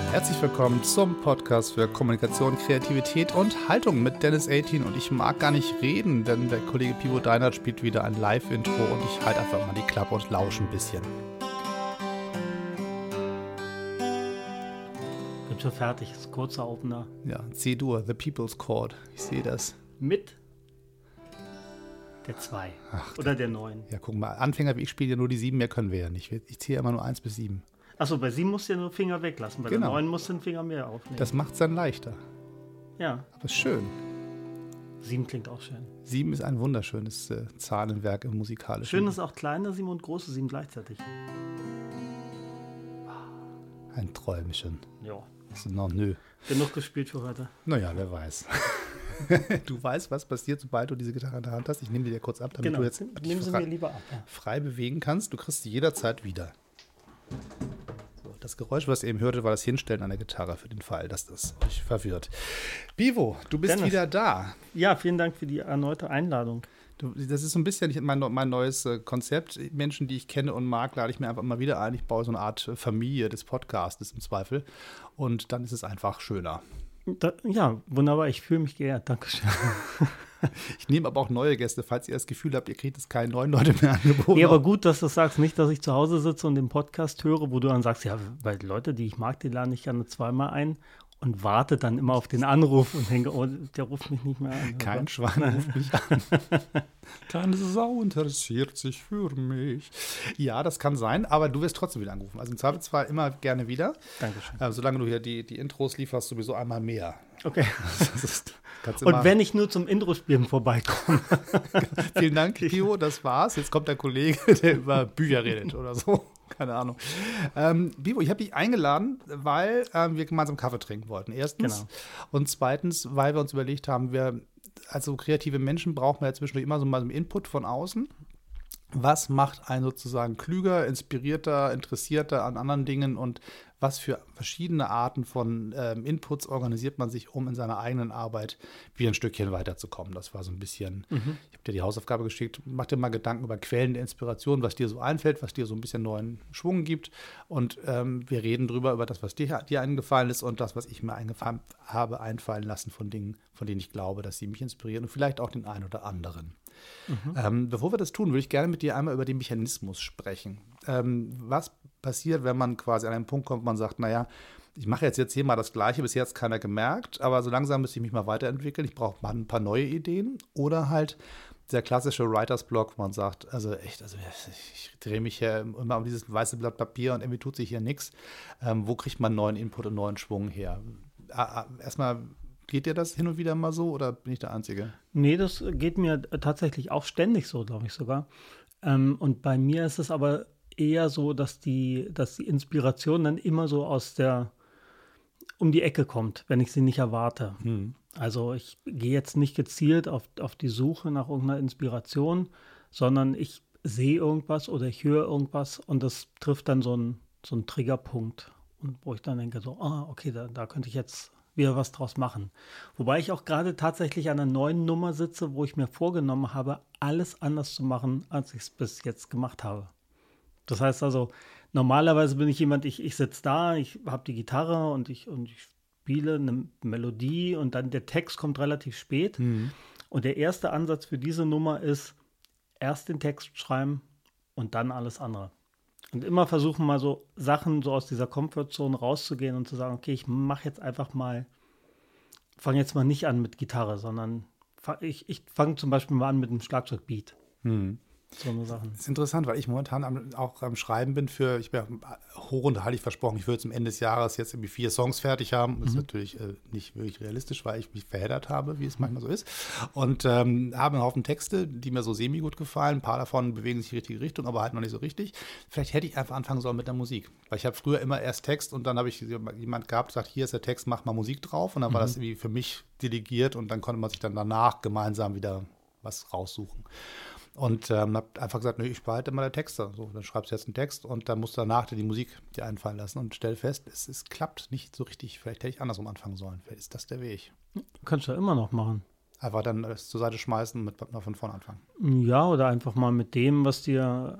Herzlich willkommen zum Podcast für Kommunikation, Kreativität und Haltung mit Dennis 18. Und ich mag gar nicht reden, denn der Kollege Pivo Deinert spielt wieder ein Live-Intro und ich halte einfach mal die Klappe und lausche ein bisschen. Bin schon fertig, das ist ein kurzer Opener. Ja, C-Dur, The People's Chord. Ich sehe das. Mit der 2 oder der 9. Ja, guck mal, Anfänger wie ich spielen ja nur die 7, mehr können wir ja nicht. Ich ziehe ja immer nur 1 bis 7. Achso, bei 7 musst du ja nur Finger weglassen, bei der 9 musst du den Finger mehr aufnehmen. Das macht es dann leichter. Ja. Aber ist schön. 7 klingt auch schön. 7 ist ein wunderschönes Zahlenwerk im musikalischen. Schön ist auch kleine 7 und große 7 gleichzeitig. Ein Träumchen. Ja. Also, nö. Genug gespielt für heute. Naja, wer weiß. Du weißt, was passiert, sobald du diese Gitarre in der Hand hast. Ich nehme die dir kurz ab, damit du jetzt nehmen sie mir lieber ab. Ja. Frei bewegen kannst. Du kriegst sie jederzeit wieder. So, das Geräusch, was ihr eben hörte, war das Hinstellen an der Gitarre für den Fall, dass das euch verwirrt. Pivo, du bist Dennis. wieder da. Ja, vielen Dank für die erneute Einladung. Das ist so ein bisschen mein neues Konzept. Menschen, die ich kenne und mag, lade ich mir einfach mal wieder ein. Ich baue so eine Art Familie des Podcastes im Zweifel. Und dann ist es einfach schöner. Ja, wunderbar. Ich fühle mich geehrt. Dankeschön. Ich nehme aber auch neue Gäste, falls ihr das Gefühl habt, ihr kriegt jetzt keine neuen Leute mehr angeboten. Ja, aber gut, dass du das sagst. Nicht, dass ich zu Hause sitze und den Podcast höre, wo du dann sagst, ja, weil die Leute, die ich mag, die lade ich gerne zweimal ein und warte dann immer auf den Anruf und denke, oh, der ruft mich nicht mehr an. Kein Schwein ruft mich an. Keine Sau interessiert sich für mich. Ja, das kann sein, aber du wirst trotzdem wieder angerufen. Also im Zweifelsfall immer gerne wieder. Dankeschön. Solange du hier die Intros lieferst, sowieso einmal mehr. Okay. Und wenn ich nur zum Intro-Spielen vorbeikomme. Vielen Dank, Pio, das war's. Jetzt kommt der Kollege, der über Bücher redet oder so. Keine Ahnung. Bibo, ich habe dich eingeladen, weil wir gemeinsam Kaffee trinken wollten. Erstens. Genau. Und zweitens, weil wir uns überlegt haben, also kreative Menschen brauchen wir ja zwischendurch immer so mal einen Input von außen. Was macht einen sozusagen klüger, inspirierter, interessierter an anderen Dingen und was für verschiedene Arten von Inputs organisiert man sich, um in seiner eigenen Arbeit wieder ein Stückchen weiterzukommen. Das war so ein bisschen, Ich habe dir die Hausaufgabe geschickt, mach dir mal Gedanken über Quellen der Inspiration, was dir so einfällt, was dir so ein bisschen neuen Schwung gibt. Und wir reden über das, was dir eingefallen ist und das, was ich mir habe einfallen lassen von Dingen, von denen ich glaube, dass sie mich inspirieren und vielleicht auch den einen oder anderen. Bevor wir das tun, würde ich gerne mit dir einmal über den Mechanismus sprechen. Was passiert, wenn man quasi an einen Punkt kommt, wo man sagt, naja, ich mache jetzt hier mal das Gleiche, bisher hat es keiner gemerkt, aber so langsam müsste ich mich mal weiterentwickeln, ich brauche mal ein paar neue Ideen. Oder halt der klassische Writers Block, wo man sagt, ich drehe mich hier immer um dieses weiße Blatt Papier und irgendwie tut sich hier nichts. Wo kriegt man neuen Input und neuen Schwung her? Erstmal, geht dir das hin und wieder mal so oder bin ich der Einzige? Nee, das geht mir tatsächlich auch ständig so, glaube ich sogar. Und bei mir ist es aber eher so, dass die Inspiration dann immer so um die Ecke kommt, wenn ich sie nicht erwarte. Also ich gehe jetzt nicht gezielt auf die Suche nach irgendeiner Inspiration, sondern ich sehe irgendwas oder ich höre irgendwas und das trifft dann so einen Triggerpunkt. Und wo ich dann denke so, okay, da könnte ich jetzt wieder was draus machen. Wobei ich auch gerade tatsächlich an einer neuen Nummer sitze, wo ich mir vorgenommen habe, alles anders zu machen, als ich es bis jetzt gemacht habe. Das heißt also, normalerweise bin ich jemand, ich sitze da, ich habe die Gitarre und ich spiele eine Melodie und dann der Text kommt relativ spät. Und der erste Ansatz für diese Nummer ist, erst den Text schreiben und dann alles andere. Und immer versuchen mal so Sachen so aus dieser Comfortzone rauszugehen und zu sagen, okay, ich mache jetzt einfach mal, fange jetzt mal nicht an mit Gitarre, sondern ich fange zum Beispiel mal an mit einem Schlagzeugbeat. So eine Sachen. Das ist interessant, weil ich momentan auch am Schreiben bin ich bin hoch und heilig versprochen, ich würde zum Ende des Jahres jetzt irgendwie 4 Songs fertig haben. Das ist natürlich nicht wirklich realistisch, weil ich mich verheddert habe, wie es manchmal so ist. Und habe einen Haufen Texte, die mir so semi-gut gefallen. Ein paar davon bewegen sich in die richtige Richtung, aber halt noch nicht so richtig. Vielleicht hätte ich einfach anfangen sollen mit der Musik. Weil ich habe früher immer erst Text und dann habe ich jemand gehabt, gesagt, hier ist der Text, mach mal Musik drauf. Und dann war das irgendwie für mich delegiert und dann konnte man sich dann danach gemeinsam wieder was raussuchen. Und habe einfach gesagt, ich behalte mal der Texte. So, dann schreibst du jetzt einen Text und dann musst du danach die Musik dir einfallen lassen und stell fest, es klappt nicht so richtig. Vielleicht hätte ich andersrum anfangen sollen. Vielleicht ist das der Weg. Kannst du ja immer noch machen. Einfach dann es zur Seite schmeißen und von vorne anfangen. Ja, oder einfach mal mit dem, was dir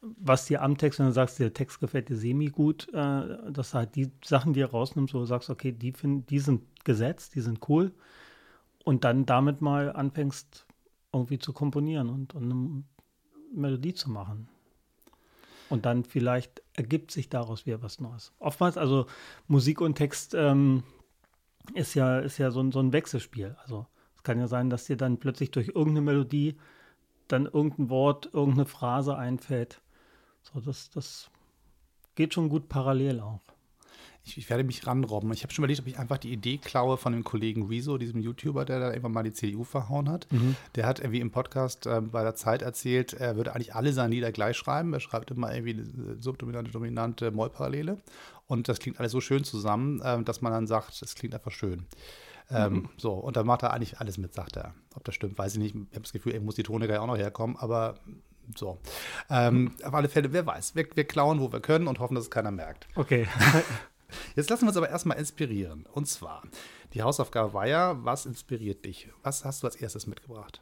was dir am Text, wenn du sagst, der Text gefällt dir semi-gut, dass du halt die Sachen, die du rausnimmst, wo du sagst, okay, die sind gesetzt, die sind cool und dann damit mal anfängst, irgendwie zu komponieren und eine Melodie zu machen. Und dann vielleicht ergibt sich daraus wieder was Neues. Oftmals, also Musik und Text ist ja so ein Wechselspiel. Also es kann ja sein, dass dir dann plötzlich durch irgendeine Melodie dann irgendein Wort, irgendeine Phrase einfällt. So, das geht schon gut parallel auch. Ich werde mich ranrobben. Ich habe schon überlegt, ob ich einfach die Idee klaue von dem Kollegen Rezo, diesem YouTuber, der da irgendwann mal die CDU verhauen hat. Der hat irgendwie im Podcast bei der Zeit erzählt, er würde eigentlich alle seine Lieder gleich schreiben. Er schreibt immer irgendwie eine subdominante, dominante Mollparallele. Und das klingt alles so schön zusammen, dass man dann sagt, es klingt einfach schön. So, und dann macht er eigentlich alles mit, sagt er. Ob das stimmt, weiß ich nicht. Ich habe das Gefühl, er muss die Toniker ja auch noch herkommen, aber so. Auf alle Fälle, wer weiß. Wir klauen, wo wir können und hoffen, dass es keiner merkt. Okay. Jetzt lassen wir uns aber erstmal inspirieren. Und zwar, die Hausaufgabe war ja, was inspiriert dich? Was hast du als erstes mitgebracht?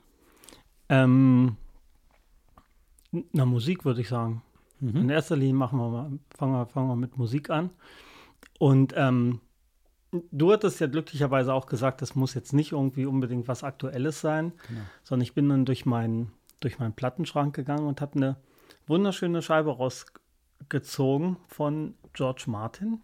Musik, würde ich sagen. In erster Linie fangen wir mit Musik an. Und du hattest ja glücklicherweise auch gesagt, das muss jetzt nicht irgendwie unbedingt was Aktuelles sein, sondern ich bin dann durch meinen Plattenschrank gegangen und habe eine wunderschöne Scheibe rausgezogen von George Martin.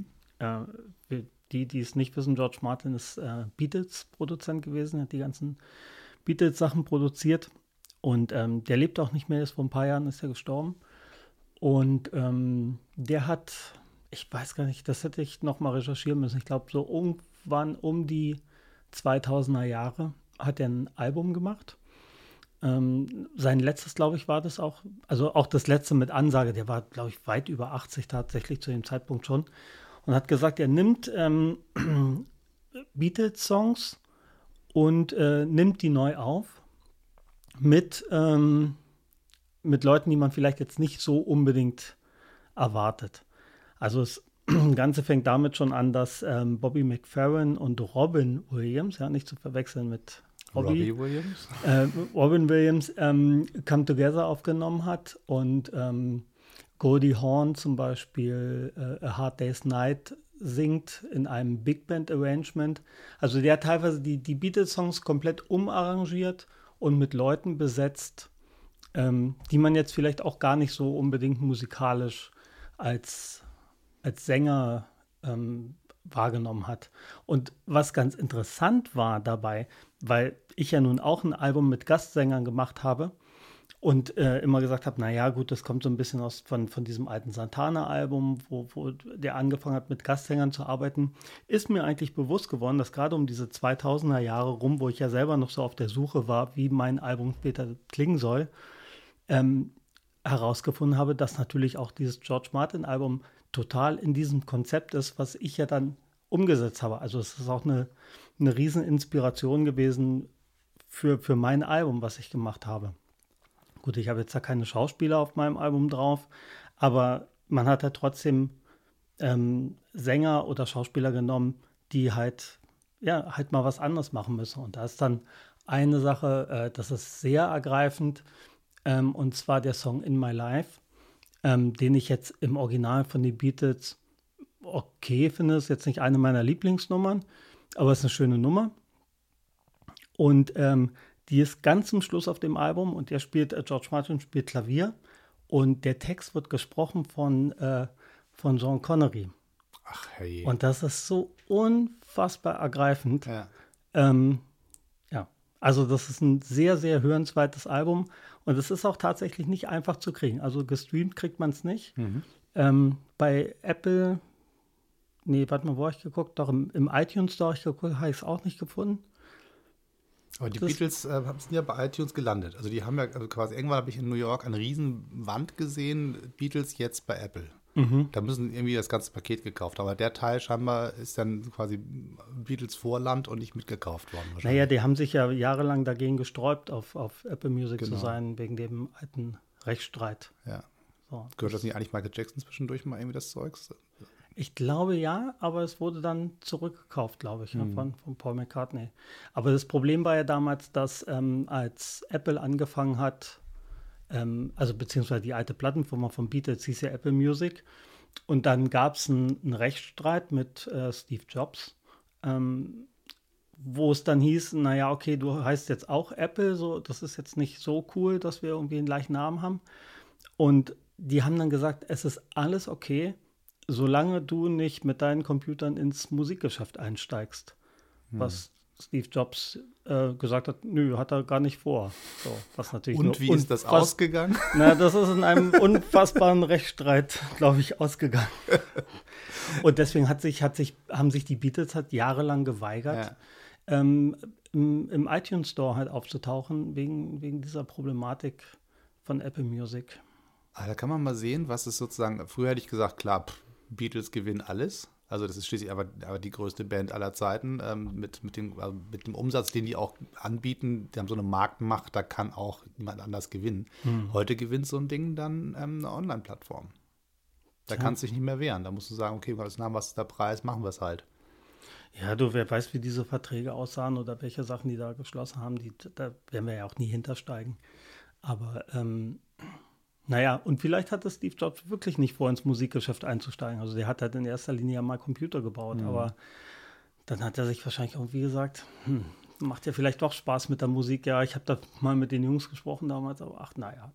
Die es nicht wissen, George Martin ist Beatles-Produzent gewesen, hat die ganzen Beatles-Sachen produziert und der lebt auch nicht mehr, ist vor ein paar Jahren ist er gestorben und der hat, ich weiß gar nicht, das hätte ich noch mal recherchieren müssen, ich glaube so irgendwann um die 2000er Jahre hat er ein Album gemacht. Sein letztes, glaube ich, war das auch, also auch das letzte mit Ansage, der war, glaube ich, weit über 80 tatsächlich zu dem Zeitpunkt schon und hat gesagt, er nimmt Beatles-Songs und nimmt die neu auf mit Leuten, die man vielleicht jetzt nicht so unbedingt erwartet. Also das Ganze fängt damit schon an, dass Bobby McFerrin und Robin Williams, ja, nicht zu verwechseln mit Robbie Williams. Robin Williams Come Together aufgenommen hat und Goldie Hawn zum Beispiel A Hard Day's Night singt in einem Big Band Arrangement. Also der hat teilweise die Beatles-Songs komplett umarrangiert und mit Leuten besetzt, die man jetzt vielleicht auch gar nicht so unbedingt musikalisch als Sänger wahrgenommen hat. Und was ganz interessant war dabei, weil ich ja nun auch ein Album mit Gastsängern gemacht habe und immer gesagt habe, naja gut, das kommt so ein bisschen von diesem alten Santana-Album, wo der angefangen hat, mit Gastsängern zu arbeiten, ist mir eigentlich bewusst geworden, dass gerade um diese 2000er Jahre rum, wo ich ja selber noch so auf der Suche war, wie mein Album später klingen soll, herausgefunden habe, dass natürlich auch dieses George Martin-Album total in diesem Konzept ist, was ich ja dann umgesetzt habe. Also es ist auch eine riesen Inspiration gewesen für mein Album, was ich gemacht habe. Gut, ich habe jetzt da keine Schauspieler auf meinem Album drauf, aber man hat ja trotzdem Sänger oder Schauspieler genommen, die halt mal was anderes machen müssen. Und da ist dann eine Sache, das ist sehr ergreifend, und zwar der Song In My Life, den ich jetzt im Original von den Beatles okay finde. Ist jetzt nicht eine meiner Lieblingsnummern, aber es ist eine schöne Nummer. Und die ist ganz zum Schluss auf dem Album und George Martin spielt Klavier und der Text wird gesprochen von Sean Connery. Ach hey. Und das ist so unfassbar ergreifend. Ja. Also das ist ein sehr, sehr hörenswertes Album und es ist auch tatsächlich nicht einfach zu kriegen. Also gestreamt kriegt man es nicht. Bei Apple, wo habe ich geguckt? Doch im iTunes Store habe ich es auch nicht gefunden. Aber die Beatles sind ja bei iTunes gelandet. Also die haben ja quasi, irgendwann habe ich in New York eine riesen Wand gesehen, Beatles jetzt bei Apple. Da müssen irgendwie das ganze Paket gekauft. Aber der Teil scheinbar ist dann quasi Beatles Vorland und nicht mitgekauft worden. Naja, die haben sich ja jahrelang dagegen gesträubt, auf Apple Music zu sein, wegen dem alten Rechtsstreit. Ja. So. Gehört das nicht eigentlich Michael Jackson zwischendurch mal irgendwie das Zeugs? Ich glaube ja, aber es wurde dann zurückgekauft, glaube ich, von Paul McCartney. Aber das Problem war ja damals, dass als Apple angefangen hat, Also beziehungsweise die alte Plattenfirma von Beatles hieß ja Apple Music. Und dann gab es einen Rechtsstreit mit Steve Jobs, wo es dann hieß, naja, okay, du heißt jetzt auch Apple, so, das ist jetzt nicht so cool, dass wir irgendwie den gleichen Namen haben. Und die haben dann gesagt, es ist alles okay, solange du nicht mit deinen Computern ins Musikgeschäft einsteigst. Was Steve Jobs gesagt hat, nö, hat er gar nicht vor. So, was natürlich Und wie ist das ausgegangen? Na, das ist in einem unfassbaren Rechtsstreit, glaube ich, ausgegangen. Und deswegen haben sich die Beatles halt jahrelang geweigert, im iTunes Store halt aufzutauchen, wegen dieser Problematik von Apple Music. Da kann man mal sehen, was es sozusagen, früher hätte ich gesagt, klar, Beatles gewinnen alles. Also das ist schließlich aber die größte Band aller Zeiten mit dem Umsatz, den die auch anbieten. Die haben so eine Marktmacht, da kann auch niemand anders gewinnen. Heute gewinnt so ein Ding dann eine Online-Plattform. Da kannst du dich nicht mehr wehren. Da musst du sagen, okay, was ist der Preis, machen wir es halt. Ja, wer weiß, wie diese Verträge aussahen oder welche Sachen die da geschlossen haben, da werden wir ja auch nie hintersteigen. Aber naja, und vielleicht hatte Steve Jobs wirklich nicht vor, ins Musikgeschäft einzusteigen. Also der hat halt in erster Linie ja mal Computer gebaut, aber dann hat er sich wahrscheinlich irgendwie gesagt, macht ja vielleicht doch Spaß mit der Musik. Ja, ich habe da mal mit den Jungs gesprochen damals, aber ach, naja.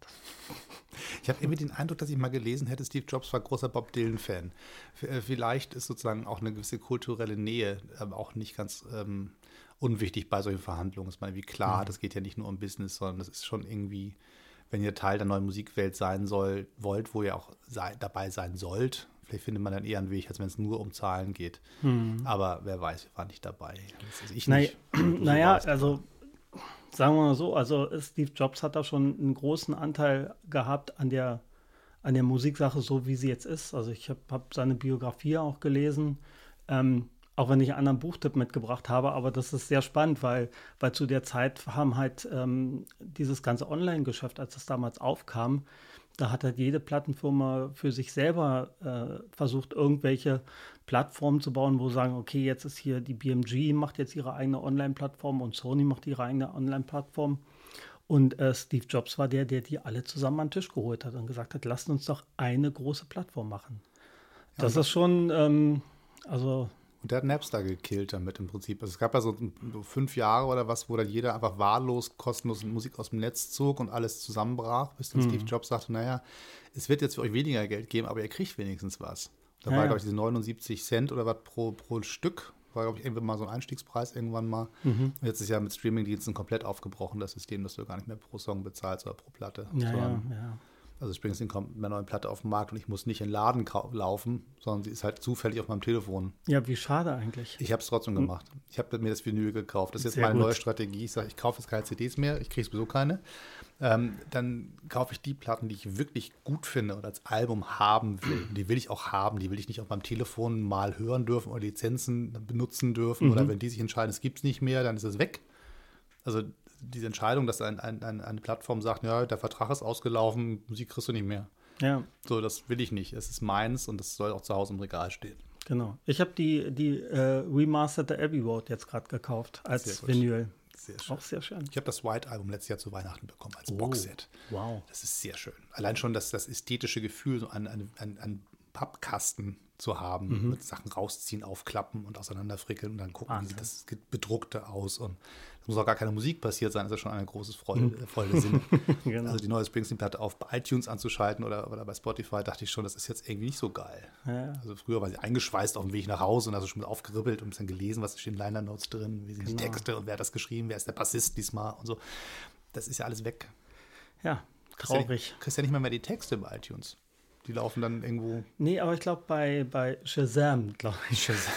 Ich habe irgendwie den Eindruck, dass ich mal gelesen hätte, Steve Jobs war großer Bob Dylan-Fan. Vielleicht ist sozusagen auch eine gewisse kulturelle Nähe auch nicht ganz unwichtig bei solchen Verhandlungen. Ich meine, wie klar, das geht ja nicht nur um Business, sondern das ist schon irgendwie, wenn ihr Teil der neuen Musikwelt sein wollt, wo ihr auch dabei sein sollt, vielleicht findet man dann eher einen Weg, als wenn es nur um Zahlen geht. Aber wer weiß, wir waren nicht dabei. Also ich nicht. Naja, also sagen wir mal so, also Steve Jobs hat da schon einen großen Anteil gehabt an der Musiksache, so wie sie jetzt ist. Also ich hab seine Biografie auch gelesen, auch wenn ich einen anderen Buchtipp mitgebracht habe, aber das ist sehr spannend, weil zu der Zeit haben halt dieses ganze Online-Geschäft, als es damals aufkam, da hat halt jede Plattenfirma für sich selber versucht, irgendwelche Plattformen zu bauen, wo sie sagen, okay, jetzt ist hier die BMG, macht jetzt ihre eigene Online-Plattform und Sony macht ihre eigene Online-Plattform. Und Steve Jobs war der die alle zusammen an den Tisch geholt hat und gesagt hat, lasst uns doch eine große Plattform machen. Das ist schon, also... Und der hat Napster gekillt damit im Prinzip. Also es gab ja so 5 Jahre oder was, wo dann jeder einfach wahllos kostenlos Musik aus dem Netz zog und alles zusammenbrach, bis dann Steve Jobs sagte, naja, es wird jetzt für euch weniger Geld geben, aber ihr kriegt wenigstens was. Da war, glaube ich, diese 79 Cent oder was pro Stück, war, glaube ich, irgendwann mal so ein Einstiegspreis irgendwann mal. Und jetzt ist ja mit Streamingdiensten komplett aufgebrochen, das System, dass du gar nicht mehr pro Song bezahlst oder pro Platte. Ja. Also Springsteen kommt mit einer neuen Platte auf den Markt und ich muss nicht in den Laden laufen, sondern sie ist halt zufällig auf meinem Telefon. Ja, wie schade eigentlich. Ich habe es trotzdem gemacht. Ich habe mir das Vinyl gekauft. Das ist jetzt meine neue Strategie. Ich sage, ich kaufe jetzt keine CDs mehr, ich kriege sowieso keine. Dann kaufe ich die Platten, die ich wirklich gut finde und als Album haben will. Und die will ich auch haben. Die will ich nicht auf meinem Telefon mal hören dürfen oder Lizenzen benutzen dürfen. Oder wenn die sich entscheiden, es gibt es nicht mehr, dann ist es weg. Also diese Entscheidung, dass eine Plattform sagt, ja, der Vertrag ist ausgelaufen, Musik kriegst du nicht mehr. Ja. So, das will ich nicht. Es ist meins und das soll auch zu Hause im Regal stehen. Genau. Ich habe die remasterte Abbey Road jetzt gerade gekauft als Vinyl. Sehr schön. Auch sehr schön. Ich habe das White Album letztes Jahr zu Weihnachten bekommen als Boxset. Wow. Das ist sehr schön. Allein schon das ästhetische Gefühl, so einen Pappkasten zu haben, mit Sachen rausziehen, aufklappen und auseinanderfrickeln und dann gucken, wie sieht das Bedruckte aus. Und es muss auch gar keine Musik passiert sein, das ist schon eine große Freude Sinne. Genau. Also die neue Springsteen-Platte auf iTunes anzuschalten oder bei Spotify, dachte ich schon, das ist jetzt irgendwie nicht so geil. Ja. Also früher war sie eingeschweißt auf dem Weg nach Hause und hast du schon aufgeribbelt und dann gelesen, was steht in Liner Notes drin, wie sind die Texte und wer hat das geschrieben, wer ist der Bassist diesmal und so. Das ist ja alles weg. Ja, traurig. Kriegst ja nicht mehr die Texte bei iTunes. Die laufen dann irgendwo. Nee, aber ich glaube bei Shazam, glaube ich. Shazam.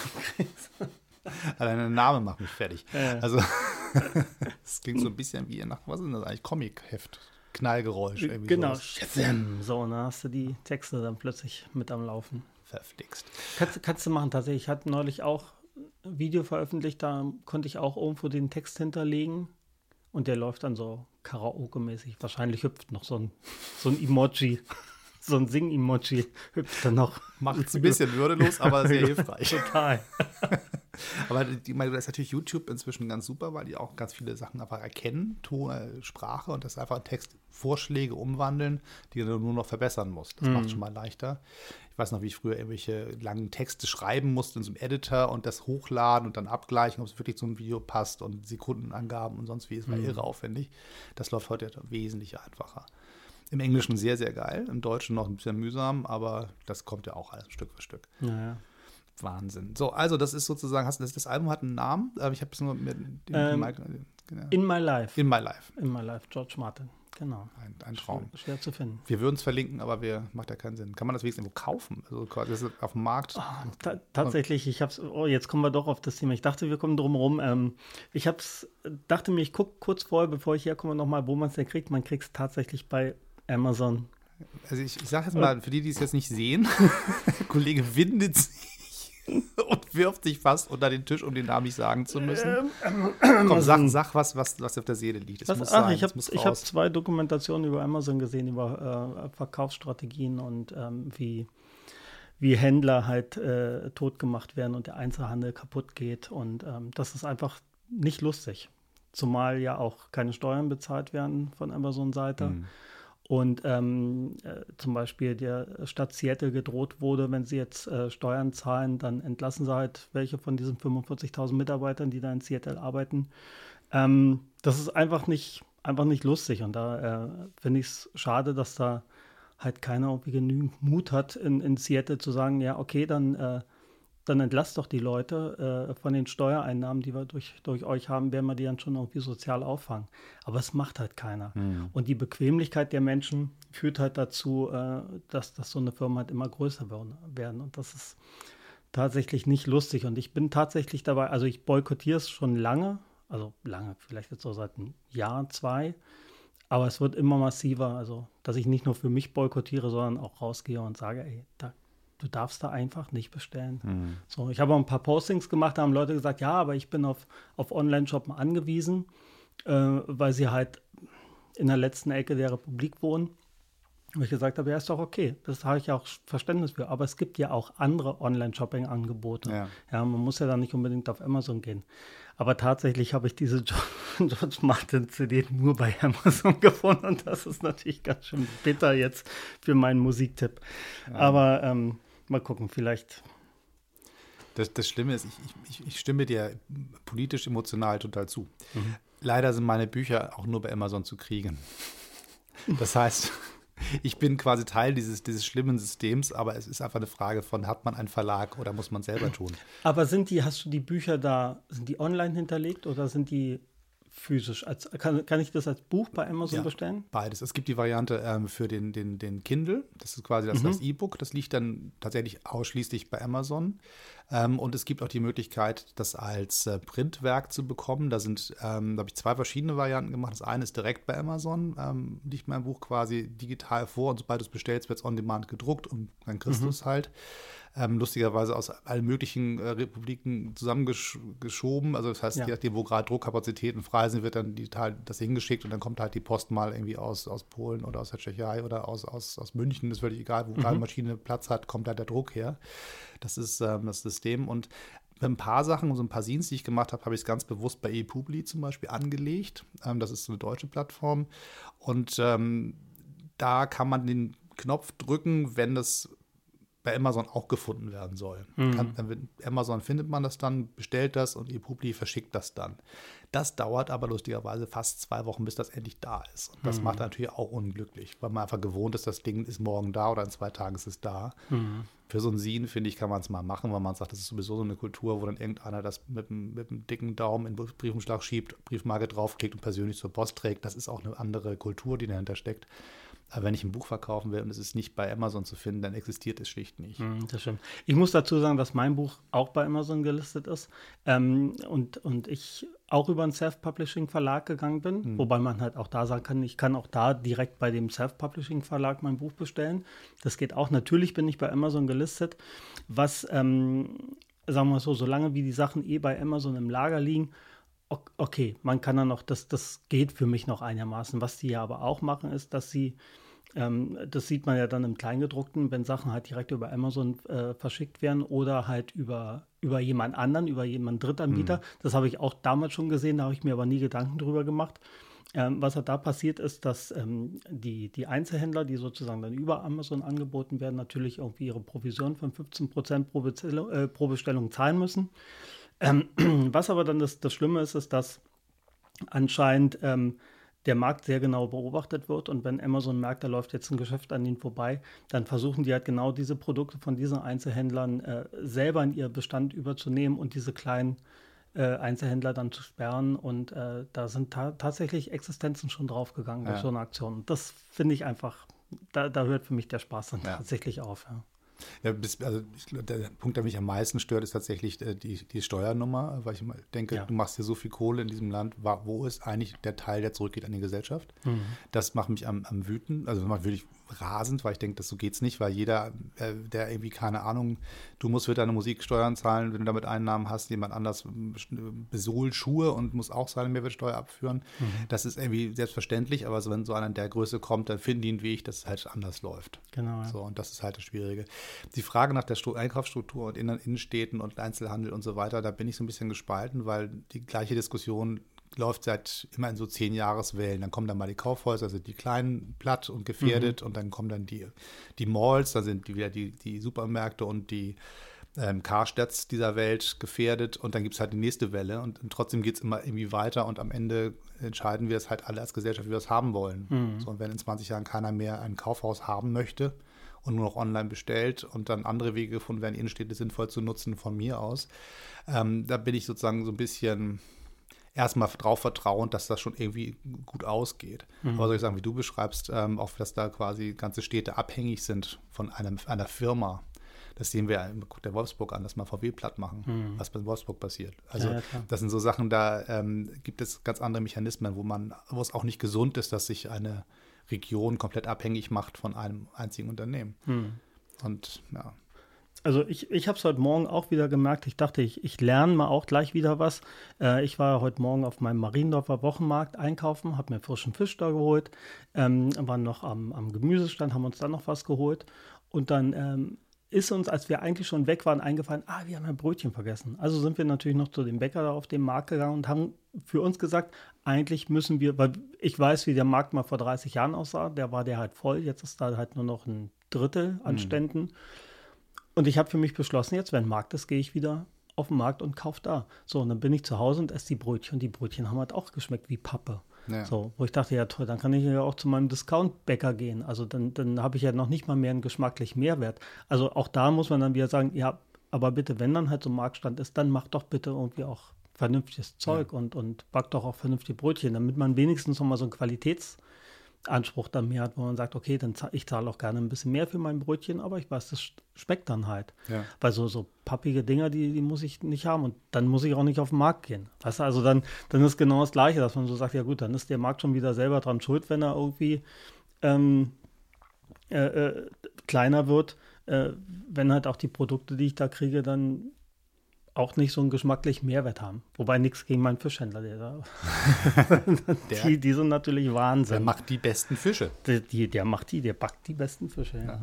Allein der Name macht mich fertig. Ja. Also, es klingt so ein bisschen wie was ist denn das eigentlich? Comic-Heft. Knallgeräusch. Irgendwie genau, sowas. Shazam. So, und dann hast du die Texte dann plötzlich mit am Laufen. Verflixt. Kannst du machen, tatsächlich. Ich hatte neulich auch ein Video veröffentlicht, da konnte ich auch irgendwo den Text hinterlegen und der läuft dann so Karaoke-mäßig. Wahrscheinlich hüpft noch so ein Emoji. So ein Sing-Emoji hüpft dann noch. Macht es ein bisschen würdelos, aber sehr hilfreich. Total. Aber ich meine, da ist natürlich YouTube inzwischen ganz super, weil die auch ganz viele Sachen einfach erkennen, Sprache und das einfach Textvorschläge umwandeln, die du nur noch verbessern musst. Das macht es schon mal leichter. Ich weiß noch, wie ich früher irgendwelche langen Texte schreiben musste in so einem Editor und das hochladen und dann abgleichen, ob es wirklich zum Video passt und Sekundenangaben und sonst wie. Es war irre aufwendig. Das läuft heute wesentlich einfacher. Im Englischen sehr, sehr geil, im Deutschen noch ein bisschen mühsam, aber das kommt ja auch alles Stück für Stück. Ja. Wahnsinn. So, also das ist sozusagen, das Album hat einen Namen, aber ich habe es nur mit In My Life. In My Life. In My Life, George Martin. Genau. Ein Traum. Schwer zu finden. Wir würden es verlinken, aber macht ja keinen Sinn. Kann man das wenigstens irgendwo kaufen? Also das ist auf dem Markt. Tatsächlich, jetzt kommen wir doch auf das Thema. Ich dachte, wir kommen drum rum. Dachte mir, ich gucke kurz vorher, bevor ich herkomme, nochmal, wo man es denn kriegt. Man kriegt es tatsächlich bei Amazon. Also ich sage jetzt mal, für die es jetzt nicht sehen, der Kollege windet sich und wirft sich fast unter den Tisch, um den Namen nicht sagen zu müssen. Komm, sag was auf der Seele liegt. Ich habe 2 Dokumentationen über Amazon gesehen, über Verkaufsstrategien und wie Händler halt tot gemacht werden und der Einzelhandel kaputt geht. Und das ist einfach nicht lustig. Zumal ja auch keine Steuern bezahlt werden von Amazon-Seite. Und zum Beispiel der Stadt Seattle gedroht wurde, wenn sie jetzt Steuern zahlen, dann entlassen sie halt welche von diesen 45.000 Mitarbeitern, die da in Seattle arbeiten. Das ist einfach nicht lustig. Und da finde ich es schade, dass da halt keiner irgendwie genügend Mut hat, in Seattle zu sagen, ja, okay, dann entlasst doch die Leute von den Steuereinnahmen, die wir durch euch haben, werden wir die dann schon irgendwie sozial auffangen. Aber es macht halt keiner. Und die Bequemlichkeit der Menschen führt halt dazu, dass so eine Firma halt immer größer werden. Und das ist tatsächlich nicht lustig. Und ich bin tatsächlich dabei, also ich boykottiere es schon lange, vielleicht jetzt so seit einem Jahr, 2. Aber es wird immer massiver, also dass ich nicht nur für mich boykottiere, sondern auch rausgehe und sage, ey, du darfst da einfach nicht bestellen. So, ich habe auch ein paar Postings gemacht, da haben Leute gesagt, ja, aber ich bin auf Online-Shoppen angewiesen, weil sie halt in der letzten Ecke der Republik wohnen. Und ich gesagt habe, ja, ist doch okay, das habe ich auch Verständnis für. Aber es gibt ja auch andere Online-Shopping-Angebote. Ja, man muss ja dann nicht unbedingt auf Amazon gehen. Aber tatsächlich habe ich diese George Martin CD nur bei Amazon gefunden. Und das ist natürlich ganz schön bitter jetzt für meinen Musiktipp. Ja. Aber mal gucken, vielleicht. Das Schlimme ist, ich stimme dir politisch, emotional total zu. Leider sind meine Bücher auch nur bei Amazon zu kriegen. Das heißt, ich bin quasi Teil dieses schlimmen Systems, aber es ist einfach eine Frage von, hat man einen Verlag oder muss man selber tun? Aber hast du die Bücher da, sind die online hinterlegt oder sind die physisch? Kann ich das als Buch bei Amazon bestellen? Beides. Es gibt die Variante für den Kindle, das ist quasi das E-Book, das liegt dann tatsächlich ausschließlich bei Amazon. Und es gibt auch die Möglichkeit, das als Printwerk zu bekommen. Da habe ich 2 verschiedene Varianten gemacht. Das eine ist direkt bei Amazon, liegt mein Buch quasi digital vor und sobald du es bestellst, wird es on demand gedruckt und dann kriegst du es halt. Lustigerweise aus allen möglichen Republiken zusammengeschoben. Also das heißt, je nachdem, wo gerade Druckkapazitäten frei sind, wird dann das hingeschickt und dann kommt halt die Post mal irgendwie aus Polen oder aus der Tschechei oder aus München. Das ist völlig egal, wo gerade eine Maschine Platz hat, kommt halt der Druck her. Das ist das System. Und ein paar Sachen, so ein paar Scenes, die ich gemacht habe, habe ich es ganz bewusst bei ePubli zum Beispiel angelegt. Das ist so eine deutsche Plattform. Und da kann man den Knopf drücken, wenn das bei Amazon auch gefunden werden soll. Amazon findet man das dann, bestellt das und ePubli verschickt das dann. Das dauert aber lustigerweise fast 2 Wochen, bis das endlich da ist. Und das macht natürlich auch unglücklich, weil man einfach gewohnt ist, das Ding ist morgen da oder in 2 Tagen ist es da. Für so ein Scene, finde ich, kann man es mal machen, weil man sagt, das ist sowieso so eine Kultur, wo dann irgendeiner das mit einem dicken Daumen in den Briefumschlag schiebt, Briefmarke draufklickt und persönlich zur Post trägt. Das ist auch eine andere Kultur, die dahinter steckt. Aber wenn ich ein Buch verkaufen will und es ist nicht bei Amazon zu finden, dann existiert es schlicht nicht. Das stimmt. Ich muss dazu sagen, dass mein Buch auch bei Amazon gelistet ist und ich auch über einen Self-Publishing-Verlag gegangen bin, wobei man halt auch da sagen kann, ich kann auch da direkt bei dem Self-Publishing-Verlag mein Buch bestellen. Das geht auch. Natürlich bin ich bei Amazon gelistet, was, sagen wir mal so, solange wie die Sachen bei Amazon im Lager liegen, okay, man kann dann noch, das geht für mich noch einigermaßen. Was die ja aber auch machen, ist, dass sie Das sieht man ja dann im Kleingedruckten, wenn Sachen halt direkt über Amazon verschickt werden oder halt über jemand anderen, über jemanden Drittanbieter. Das habe ich auch damals schon gesehen, da habe ich mir aber nie Gedanken drüber gemacht. Was halt da passiert ist, dass die Einzelhändler, die sozusagen dann über Amazon angeboten werden, natürlich irgendwie ihre Provision von 15% pro Bestellung zahlen müssen. Was aber dann das Schlimme ist, ist, dass anscheinend der Markt sehr genau beobachtet wird und wenn Amazon merkt, da läuft jetzt ein Geschäft an ihnen vorbei, dann versuchen die halt genau diese Produkte von diesen Einzelhändlern selber in ihr Bestand überzunehmen und diese kleinen Einzelhändler dann zu sperren und da sind tatsächlich Existenzen schon draufgegangen durch so eine Aktion. Und das finde ich einfach, da hört für mich der Spaß dann tatsächlich auf. Ja. Ja, also der Punkt, der mich am meisten stört, ist tatsächlich die Steuernummer, weil ich immer denke, du machst hier so viel Kohle in diesem Land, wo ist eigentlich der Teil, der zurückgeht an die Gesellschaft? Das macht mich am wütend, also das macht wirklich rasend, weil ich denke, so geht's nicht, weil jeder, der irgendwie, keine Ahnung, du musst für deine Musik Steuern zahlen, wenn du damit Einnahmen hast, jemand anders besohlt Schuhe und muss auch seine Mehrwertsteuer abführen. Das ist irgendwie selbstverständlich, aber wenn so einer in der Größe kommt, dann finden die einen Weg, dass es halt anders läuft. Genau. Ja. So, und das ist halt das Schwierige. Die Frage nach der Einkaufsstruktur und Innenstädten und Einzelhandel und so weiter, da bin ich so ein bisschen gespalten, weil die gleiche Diskussion läuft immer in so 10-Jahres-Wellen. Dann kommen dann mal die Kaufhäuser, sind die kleinen platt und gefährdet und dann kommen dann die Malls, da sind wieder die Supermärkte und die Karstädts dieser Welt gefährdet und dann gibt es halt die nächste Welle und trotzdem geht es immer irgendwie weiter und am Ende entscheiden wir es halt alle als Gesellschaft, wie wir es haben wollen. So, und wenn in 20 Jahren keiner mehr ein Kaufhaus haben möchte und nur noch online bestellt und dann andere Wege gefunden werden, Innenstädte sinnvoll zu nutzen von mir aus, da bin ich sozusagen so ein bisschen erstmal drauf vertrauend, dass das schon irgendwie gut ausgeht. Aber soll ich sagen, wie du beschreibst, auch dass da quasi ganze Städte abhängig sind von einer Firma. Das sehen wir, guckt der Wolfsburg an, dass mal VW platt machen, was bei Wolfsburg passiert. Also das sind so Sachen, da gibt es ganz andere Mechanismen, wo es auch nicht gesund ist, dass sich eine Region komplett abhängig macht von einem einzigen Unternehmen. Und ja. Also ich habe es heute Morgen auch wieder gemerkt. Ich dachte, ich lerne mal auch gleich wieder was. Ich war heute Morgen auf meinem Mariendorfer Wochenmarkt einkaufen, habe mir frischen Fisch da geholt, waren noch am Gemüsestand, haben uns dann noch was geholt. Und dann ist uns, als wir eigentlich schon weg waren, eingefallen, wir haben ja Brötchen vergessen. Also sind wir natürlich noch zu dem Bäcker da auf dem Markt gegangen und haben für uns gesagt, eigentlich müssen wir, weil ich weiß, wie der Markt mal vor 30 Jahren aussah, der halt voll, jetzt ist da halt nur noch ein Drittel an Ständen. Und ich habe für mich beschlossen, jetzt, wenn Markt ist, gehe ich wieder auf den Markt und kaufe da. So, und dann bin ich zu Hause und esse die Brötchen. Und die Brötchen haben halt auch geschmeckt wie Pappe. Ja. So, wo ich dachte, ja toll, dann kann ich ja auch zu meinem Discount-Bäcker gehen. Also dann habe ich ja noch nicht mal mehr einen geschmacklichen Mehrwert. Also auch da muss man dann wieder sagen, ja, aber bitte, wenn dann halt so ein Marktstand ist, dann mach doch bitte irgendwie auch vernünftiges Zeug und back doch auch vernünftige Brötchen, damit man wenigstens nochmal so einen Qualitätsanspruch dann mehr hat, wo man sagt, okay, ich zahle auch gerne ein bisschen mehr für mein Brötchen, aber ich weiß, das schmeckt dann halt. Ja. Weil so pappige Dinger, die muss ich nicht haben und dann muss ich auch nicht auf den Markt gehen. Weißt du, also dann ist genau das Gleiche, dass man so sagt, ja gut, dann ist der Markt schon wieder selber dran schuld, wenn er irgendwie kleiner wird, wenn halt auch die Produkte, die ich da kriege, dann auch nicht so einen geschmacklichen Mehrwert haben. Wobei nichts gegen meinen Fischhändler. Die sind natürlich Wahnsinn. Der macht die besten Fische. Der backt die besten Fische, ja.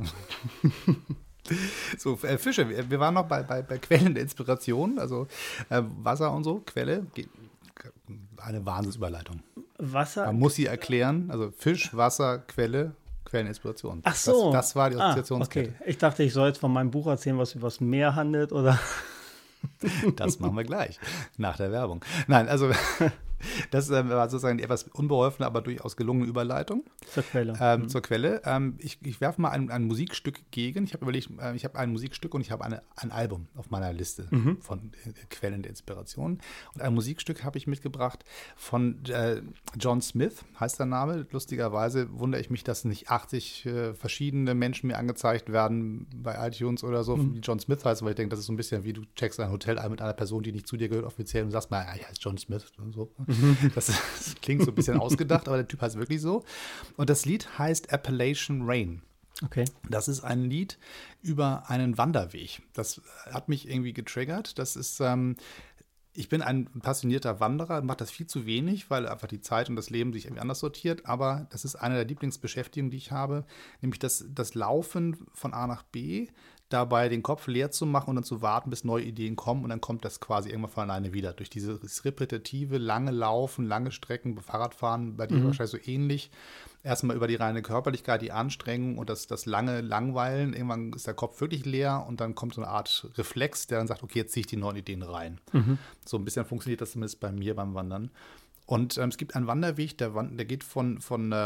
So, Fische. Wir waren noch bei Quellen der Inspiration, also Wasser und so, Quelle. Eine Wahnsinnsüberleitung. Wasser? Man muss sie erklären, also Fisch, Wasser, Quelle, Quelleninspiration. Ach so. Das war die Assoziationskette. Okay. Ich dachte, ich soll jetzt von meinem Buch erzählen, was über das Meer handelt, oder? Das machen wir gleich, nach der Werbung. Nein, also das war sozusagen die etwas unbeholfene, aber durchaus gelungene Überleitung. Zur Quelle. Zur Quelle. Ich werfe mal ein Musikstück gegen. Ich habe überlegt, ich habe ein Musikstück und ich habe ein Album auf meiner Liste von Quellen der Inspiration. Und ein Musikstück habe ich mitgebracht von John Smith, heißt der Name. Lustigerweise wundere ich mich, dass nicht 80 verschiedene Menschen mir angezeigt werden bei iTunes oder so, die John Smith heißt, weil ich denke, das ist so ein bisschen wie du checkst ein Hotel ein mit einer Person, die nicht zu dir gehört offiziell und sagst mal, ich heiße John Smith und so. Das klingt so ein bisschen ausgedacht, aber der Typ heißt wirklich so. Und das Lied heißt Appalachian Rain. Okay. Das ist ein Lied über einen Wanderweg. Das hat mich irgendwie getriggert. Das ist, Ich bin ein passionierter Wanderer, mache das viel zu wenig, weil einfach die Zeit und das Leben sich irgendwie anders sortiert. Aber das ist eine der Lieblingsbeschäftigungen, die ich habe, nämlich das Laufen von A nach B, dabei den Kopf leer zu machen und dann zu warten, bis neue Ideen kommen. Und dann kommt das quasi irgendwann von alleine wieder. Durch dieses repetitive, lange Laufen, lange Strecken, Fahrradfahren, bei dir wahrscheinlich so ähnlich. Erstmal über die reine Körperlichkeit, die Anstrengung und das lange Langweilen. Irgendwann ist der Kopf wirklich leer und dann kommt so eine Art Reflex, der dann sagt, okay, jetzt ziehe ich die neuen Ideen rein. So ein bisschen funktioniert das zumindest bei mir beim Wandern. Und es gibt einen Wanderweg, der geht von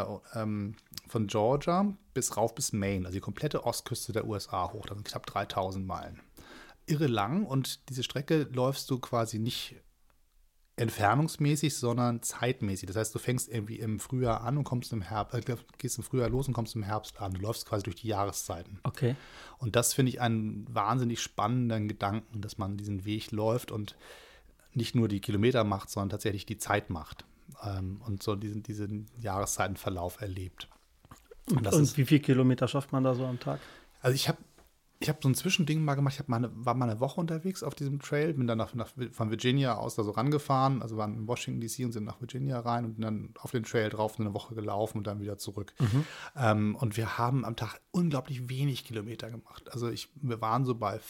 Georgia bis Maine, also die komplette Ostküste der USA hoch. Das sind knapp 3000 Meilen. Irre lang und diese Strecke läufst du quasi nicht entfernungsmäßig, sondern zeitmäßig. Das heißt, du fängst irgendwie im Frühjahr an und gehst im Frühjahr los und kommst im Herbst an. Du läufst quasi durch die Jahreszeiten. Okay. Und das finde ich einen wahnsinnig spannenden Gedanken, dass man diesen Weg läuft und nicht nur die Kilometer macht, sondern tatsächlich die Zeit macht und so diesen Jahreszeitenverlauf erlebt. Und wie viele Kilometer schafft man da so am Tag? Also ich habe so ein Zwischending mal gemacht. War mal eine Woche unterwegs auf diesem Trail, bin dann von Virginia aus da so rangefahren, also waren in Washington D.C. und sind nach Virginia rein und dann auf den Trail drauf eine Woche gelaufen und dann wieder zurück. Und wir haben am Tag unglaublich wenig Kilometer gemacht. Also wir waren so bei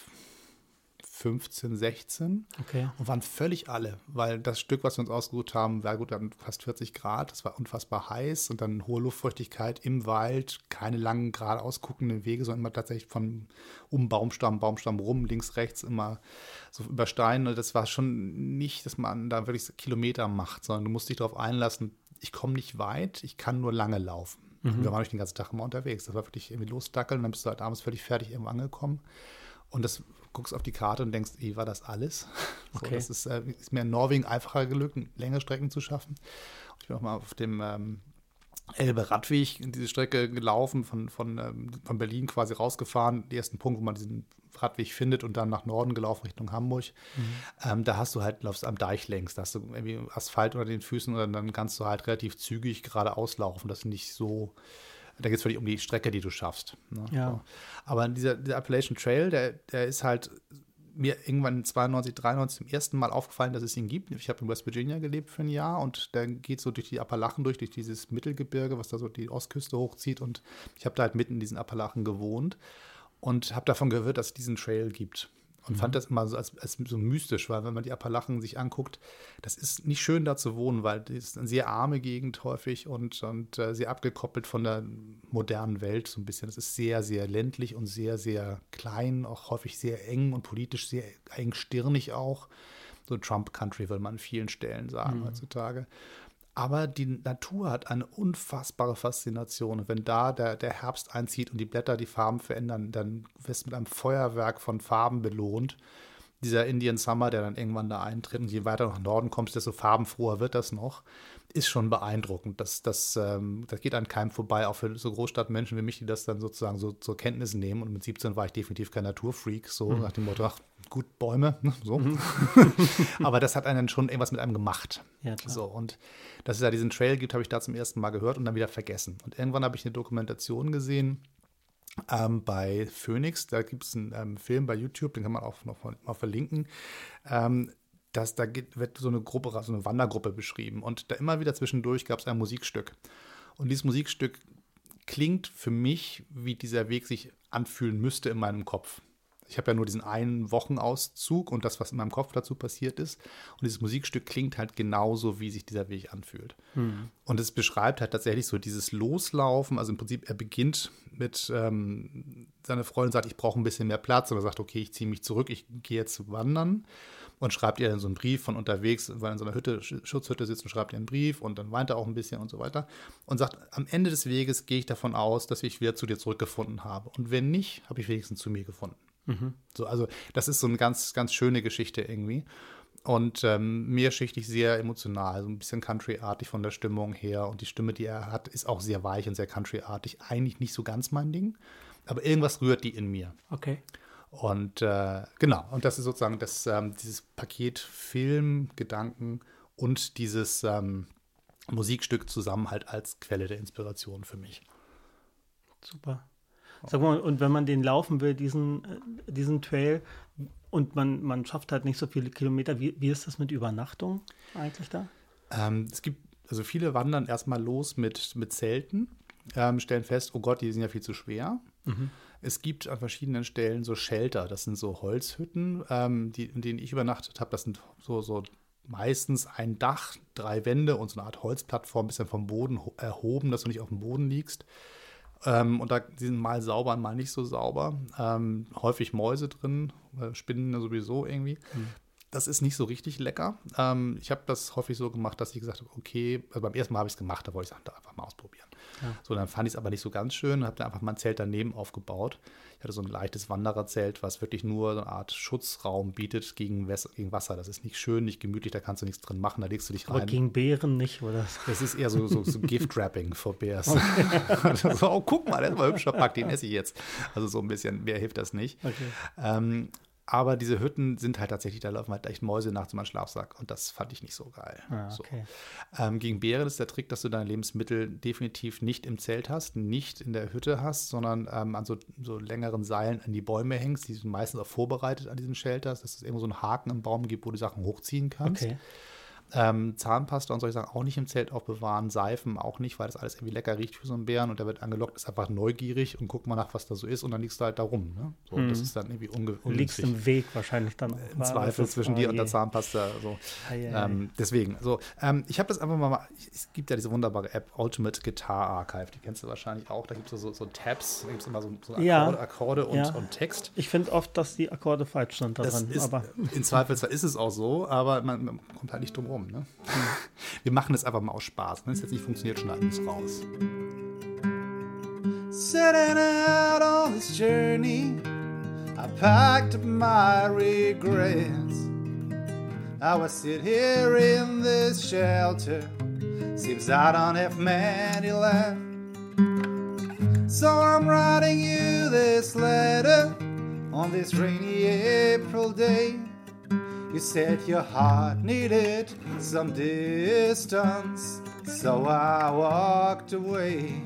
15, 16 und waren völlig alle, weil das Stück, was wir uns ausgesucht haben, war gut, dann fast 40 Grad, das war unfassbar heiß und dann hohe Luftfeuchtigkeit im Wald, keine langen, geradeaus guckenden Wege, sondern immer tatsächlich um Baumstamm rum, links, rechts, immer so über Steine. Das war schon nicht, dass man da wirklich Kilometer macht, sondern du musst dich darauf einlassen, ich komme nicht weit, ich kann nur lange laufen. Wir waren durch den ganzen Tag immer unterwegs, das war wirklich irgendwie losdackeln und dann bist du halt abends völlig fertig irgendwo angekommen. Und das guckst auf die Karte und denkst, war das alles? So, Okay. das ist mir in Norwegen einfacher gelungen, längere Strecken zu schaffen. Ich bin auch mal auf dem Elbe-Radweg diese Strecke gelaufen, von Berlin quasi rausgefahren. Den ersten Punkt, wo man diesen Radweg findet und dann nach Norden gelaufen Richtung Hamburg. Da läufst du am Deich längs, da hast du irgendwie Asphalt unter den Füßen und dann kannst du halt relativ zügig geradeaus laufen. Das ist nicht so. Da geht es wirklich um die Strecke, die du schaffst. Ne? Ja. So. Aber dieser Appalachian Trail, der ist halt mir irgendwann 92, 93 zum ersten Mal aufgefallen, dass es ihn gibt. Ich habe in West Virginia gelebt für ein Jahr und der geht so durch die Appalachen durch dieses Mittelgebirge, was da so die Ostküste hochzieht. Und ich habe da halt mitten in diesen Appalachen gewohnt und habe davon gehört, dass es diesen Trail gibt. Und fand das immer so als so mystisch, weil wenn man die Appalachen sich anguckt, das ist nicht schön da zu wohnen, weil das ist eine sehr arme Gegend häufig und sehr abgekoppelt von der modernen Welt so ein bisschen. Das ist sehr, sehr ländlich und sehr, sehr klein, auch häufig sehr eng und politisch sehr engstirnig auch. So Trump-Country würde man an vielen Stellen sagen heutzutage. Aber die Natur hat eine unfassbare Faszination. Und wenn da der Herbst einzieht und die Blätter die Farben verändern, dann wirst du mit einem Feuerwerk von Farben belohnt. Dieser Indian Summer, der dann irgendwann da eintritt und je weiter nach Norden kommst, desto farbenfroher wird das noch, ist schon beeindruckend. Das geht an keinem vorbei, auch für so Großstadtmenschen wie mich, die das dann sozusagen so zur Kenntnis nehmen. Und mit 17 war ich definitiv kein Naturfreak, so nach dem Motto, ach, gut, Bäume, ne, so. Aber das hat einen schon irgendwas mit einem gemacht. Ja, klar. So, und dass es da diesen Trail gibt, habe ich da zum ersten Mal gehört und dann wieder vergessen. Und irgendwann habe ich eine Dokumentation gesehen bei Phoenix. Da gibt es einen Film bei YouTube, den kann man auch noch mal verlinken. Wird so eine Gruppe, so eine Wandergruppe beschrieben. Und da immer wieder zwischendurch gab es ein Musikstück. Und dieses Musikstück klingt für mich, wie dieser Weg sich anfühlen müsste in meinem Kopf. Ich habe ja nur diesen einen Wochenauszug und das, was in meinem Kopf dazu passiert ist. Und dieses Musikstück klingt halt genauso, wie sich dieser Weg anfühlt. Und es beschreibt halt tatsächlich so dieses Loslaufen. Also im Prinzip, er beginnt mit, seine Freundin sagt, ich brauche ein bisschen mehr Platz. Und er sagt, okay, ich ziehe mich zurück, ich gehe jetzt wandern. Und schreibt ihr dann so einen Brief von unterwegs, weil er in so einer Schutzhütte sitzt und schreibt ihr einen Brief und dann weint er auch ein bisschen und so weiter. Und sagt, am Ende des Weges gehe ich davon aus, dass ich wieder zu dir zurückgefunden habe. Und wenn nicht, habe ich wenigstens zu mir gefunden. So, also das ist so eine ganz, ganz schöne Geschichte irgendwie. Und mehrschichtig sehr emotional, so ein bisschen Country-artig von der Stimmung her. Und die Stimme, die er hat, ist auch sehr weich und sehr Country-artig. Eigentlich nicht so ganz mein Ding, aber irgendwas rührt die in mir. Okay. Und genau, und das ist sozusagen dieses Paket Film, Gedanken und dieses Musikstück zusammen halt als Quelle der Inspiration für mich. Super. Sag mal, und wenn man den laufen will, diesen Trail, und man schafft halt nicht so viele Kilometer, wie ist das mit Übernachtung eigentlich da? Es gibt, also viele wandern erstmal los mit Zelten, stellen fest, oh Gott, die sind ja viel zu schwer. Es gibt an verschiedenen Stellen so Shelter, das sind so Holzhütten, in denen ich übernachtet habe. Das sind so meistens ein Dach, 3 Wände und so eine Art Holzplattform, ein bisschen vom Boden erhoben, dass du nicht auf dem Boden liegst. Und die sind mal sauber, mal nicht so sauber. Häufig Mäuse drin, Spinnen sowieso irgendwie. Das ist nicht so richtig lecker. Ich habe das häufig so gemacht, dass ich gesagt habe, okay, also beim ersten Mal habe ich es gemacht, da wollte ich es einfach mal ausprobieren. Ja. So, dann fand ich es aber nicht so ganz schön und habe dann einfach mal ein Zelt daneben aufgebaut. Ich hatte so ein leichtes Wandererzelt, was wirklich nur so eine Art Schutzraum bietet gegen Wasser. Das ist nicht schön, nicht gemütlich, da kannst du nichts drin machen, da legst du dich rein. Aber gegen Bären nicht, oder? Das ist eher so Gift-Wrapping für Bears. Okay. So, oh, guck mal, der ist mal hübsch verpackt, den esse ich jetzt. Also so ein bisschen, mehr hilft das nicht. Okay. Aber diese Hütten sind halt tatsächlich, da laufen halt echt Mäuse nachts in meinen Schlafsack und das fand ich nicht so geil. Okay. So. Gegen Bären ist der Trick, dass du deine Lebensmittel definitiv nicht im Zelt hast, nicht in der Hütte hast, sondern an so längeren Seilen an die Bäume hängst. Die sind meistens auch vorbereitet an diesen Shelters, dass es irgendwo so einen Haken im Baum gibt, wo du Sachen hochziehen kannst. Okay. Zahnpasta und solche Sachen auch nicht im Zelt aufbewahren, Seifen auch nicht, weil das alles irgendwie lecker riecht für so einen Bären und der wird angelockt, ist einfach neugierig und guckt mal nach, was da so ist und dann liegst du halt da rum. Ne? So, das ist dann irgendwie ungünstig. Du liegst im Weg wahrscheinlich dann. Im Zweifel zwischen dir und der Zahnpasta. So. Deswegen, so, ich habe das einfach mal, es gibt ja diese wunderbare App Ultimate Guitar Archive, die kennst du wahrscheinlich auch, da gibt es so Tabs, da gibt es immer so Akkorde und Text. Ich finde oft, dass die Akkorde falsch sind da drin. Aber in Zweifelsfall ist es auch so, aber man kommt halt nicht drum rum. Ne? Wir machen es einfach mal aus Spaß. Wenn es jetzt nicht funktioniert, schneiden wir es raus. Setting out on this journey, I packed up my regrets. Now I sit here in this shelter, seems I don't have many left. So I'm writing you this letter on this rainy April day. You said your heart needed some distance, so I walked away.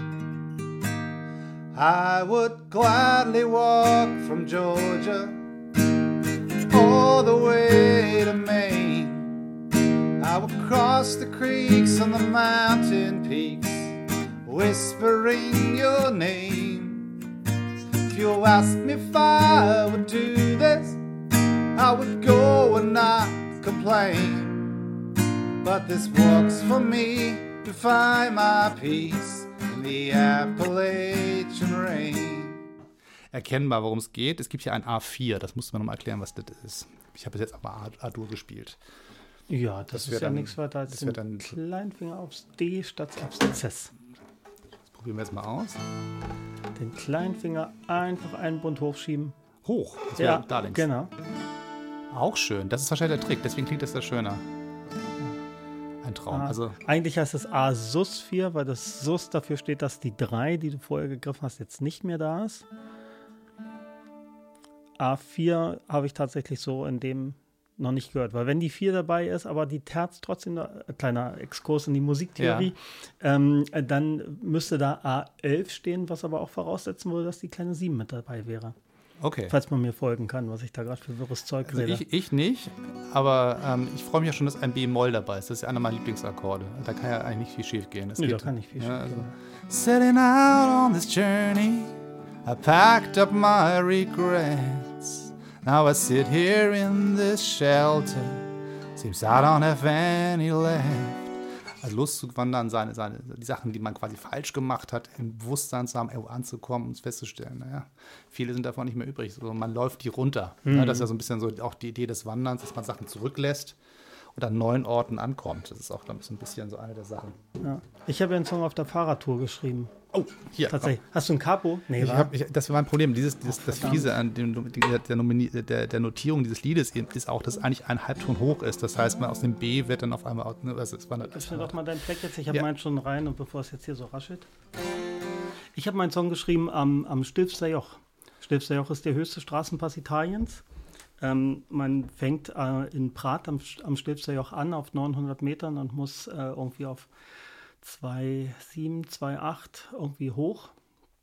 I would gladly walk from Georgia all the way to Maine. I would cross the creeks and the mountain peaks, whispering your name. If you asked me if I would do this, I would go and not complain. But this walk's for me to find my peace in the Appalachian rain. Erkennbar, worum es geht. Es gibt hier ein A4, das musste man nochmal erklären, was das ist. Ich habe jetzt aber A-Dur gespielt. Ja, das ist ja nichts weiter als den Kleinfinger aufs D statt aufs Z. Das probieren wir jetzt mal aus. Den Kleinfinger einfach einen Bund hochschieben. Hoch? Das wäre da links. Genau. Auch schön. Das ist wahrscheinlich der Trick. Deswegen klingt das da schöner. Ein Traum. Also eigentlich heißt es A-Sus4, weil das Sus dafür steht, dass die 3, die du vorher gegriffen hast, jetzt nicht mehr da ist. A4 habe ich tatsächlich so in dem noch nicht gehört, weil wenn die 4 dabei ist, aber die Terz trotzdem, kleiner Exkurs in die Musiktheorie, dann müsste da A11 stehen, was aber auch voraussetzen würde, dass die kleine 7 mit dabei wäre. Okay. Falls man mir folgen kann, was ich da gerade für wirres Zeug rede. Ich nicht, aber ich freue mich ja schon, dass ein B-Moll dabei ist. Das ist ja einer meiner Lieblingsakkorde. Da kann ja eigentlich nicht viel schief gehen. Da kann nicht viel schief gehen. Setting out on this journey, I packed up my regrets. Now I sit here in this shelter, seems I don't have any left. Also loszuwandern, die Sachen, die man quasi falsch gemacht hat, im Bewusstsein zu haben, irgendwo anzukommen und festzustellen, naja, viele sind davon nicht mehr übrig. So, man läuft die runter. Ja, das ist ja so ein bisschen so auch die Idee des Wanderns, dass man Sachen zurücklässt und an neuen Orten ankommt. Das ist auch, glaube ich, so ein bisschen so eine der Sachen. Ja. Ich habe ja einen Song auf der Fahrradtour geschrieben. Oh, hier. Tatsächlich. Komm. Hast du ein Capo? Nee, das war mein Problem. Das Fiese an der Notierung dieses Liedes ist auch, dass es eigentlich ein Halbton hoch ist. Das heißt, man aus dem B wird dann auf einmal. Öffne doch mal deinen Fleck jetzt. Ich habe meinen schon rein und bevor es jetzt hier so raschelt. Ich habe meinen Song geschrieben am Stilfser Joch. Stilfser Joch ist der höchste Straßenpass Italiens. Man fängt in Prat am Stilfser Joch an auf 900 Metern und muss irgendwie auf 2,7, 2,8 irgendwie hoch.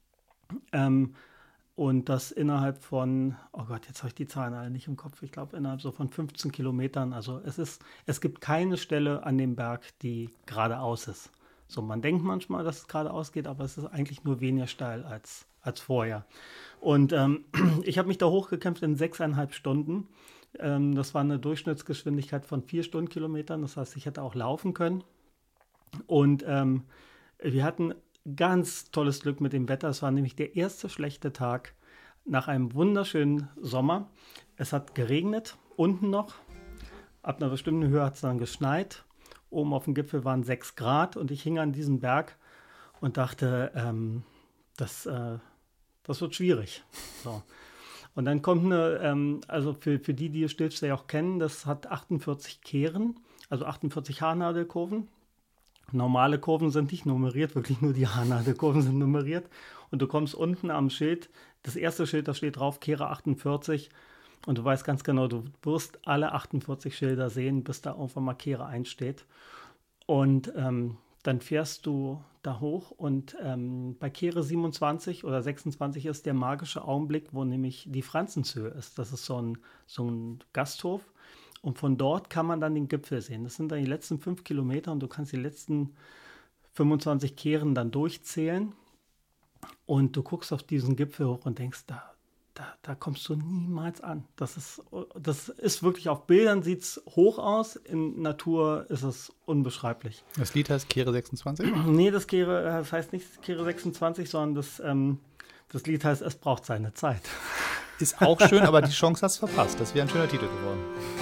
Und das innerhalb von, oh Gott, jetzt habe ich die Zahlen alle nicht im Kopf, ich glaube innerhalb so von 15 Kilometern. Also es gibt keine Stelle an dem Berg, die geradeaus ist. So, man denkt manchmal, dass es geradeaus geht, aber es ist eigentlich nur weniger steil als vorher. Und ich habe mich da hochgekämpft in 6,5 Stunden. Das war eine Durchschnittsgeschwindigkeit von 4 Stundenkilometern. Das heißt, ich hätte auch laufen können. Und wir hatten ganz tolles Glück mit dem Wetter. Es war nämlich der erste schlechte Tag nach einem wunderschönen Sommer. Es hat geregnet, unten noch. Ab einer bestimmten Höhe hat es dann geschneit. Oben auf dem Gipfel waren 6 Grad und ich hing an diesem Berg und dachte, das wird schwierig. So. Und dann kommt also für die Stilfsee auch kennen, das hat 48 Kehren, also 48 Haarnadelkurven. Normale Kurven sind nicht nummeriert, wirklich nur die Haarnadelkurven sind nummeriert. Und du kommst unten am Schild, das erste Schild, da steht drauf, Kehre 48. Und du weißt ganz genau, du wirst alle 48 Schilder sehen, bis da irgendwann mal Kehre 1 steht. Und dann fährst du da hoch und bei Kehre 27 oder 26 ist der magische Augenblick, wo nämlich die Franzenshöhe ist. Das ist so ein Gasthof. Und von dort kann man dann den Gipfel sehen. Das sind dann die letzten 5 Kilometer und du kannst die letzten 25 Kehren dann durchzählen. Und du guckst auf diesen Gipfel hoch und denkst, da kommst du niemals an. Das ist wirklich, auf Bildern sieht es hoch aus, in Natur ist es unbeschreiblich. Das Lied heißt Kehre 26? Nee, das heißt nicht Kehre 26, sondern das Lied heißt Es braucht seine Zeit. Ist auch schön, aber die Chance hast du verpasst. Das wäre ein schöner Titel geworden.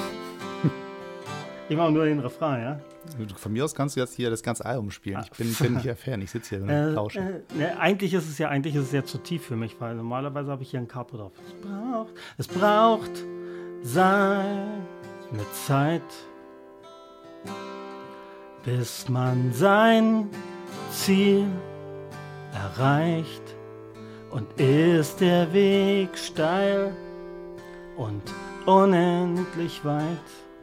Ich mache nur den Refrain, ja? Von mir aus kannst du jetzt hier das ganze Album spielen. Ich bin hier Fan, ich sitze hier und lausche. Eigentlich ist es ja zu tief für mich, weil normalerweise habe ich hier ein Capo drauf. Es braucht seine Zeit, bis man sein Ziel erreicht. Und ist der Weg steil und unendlich weit,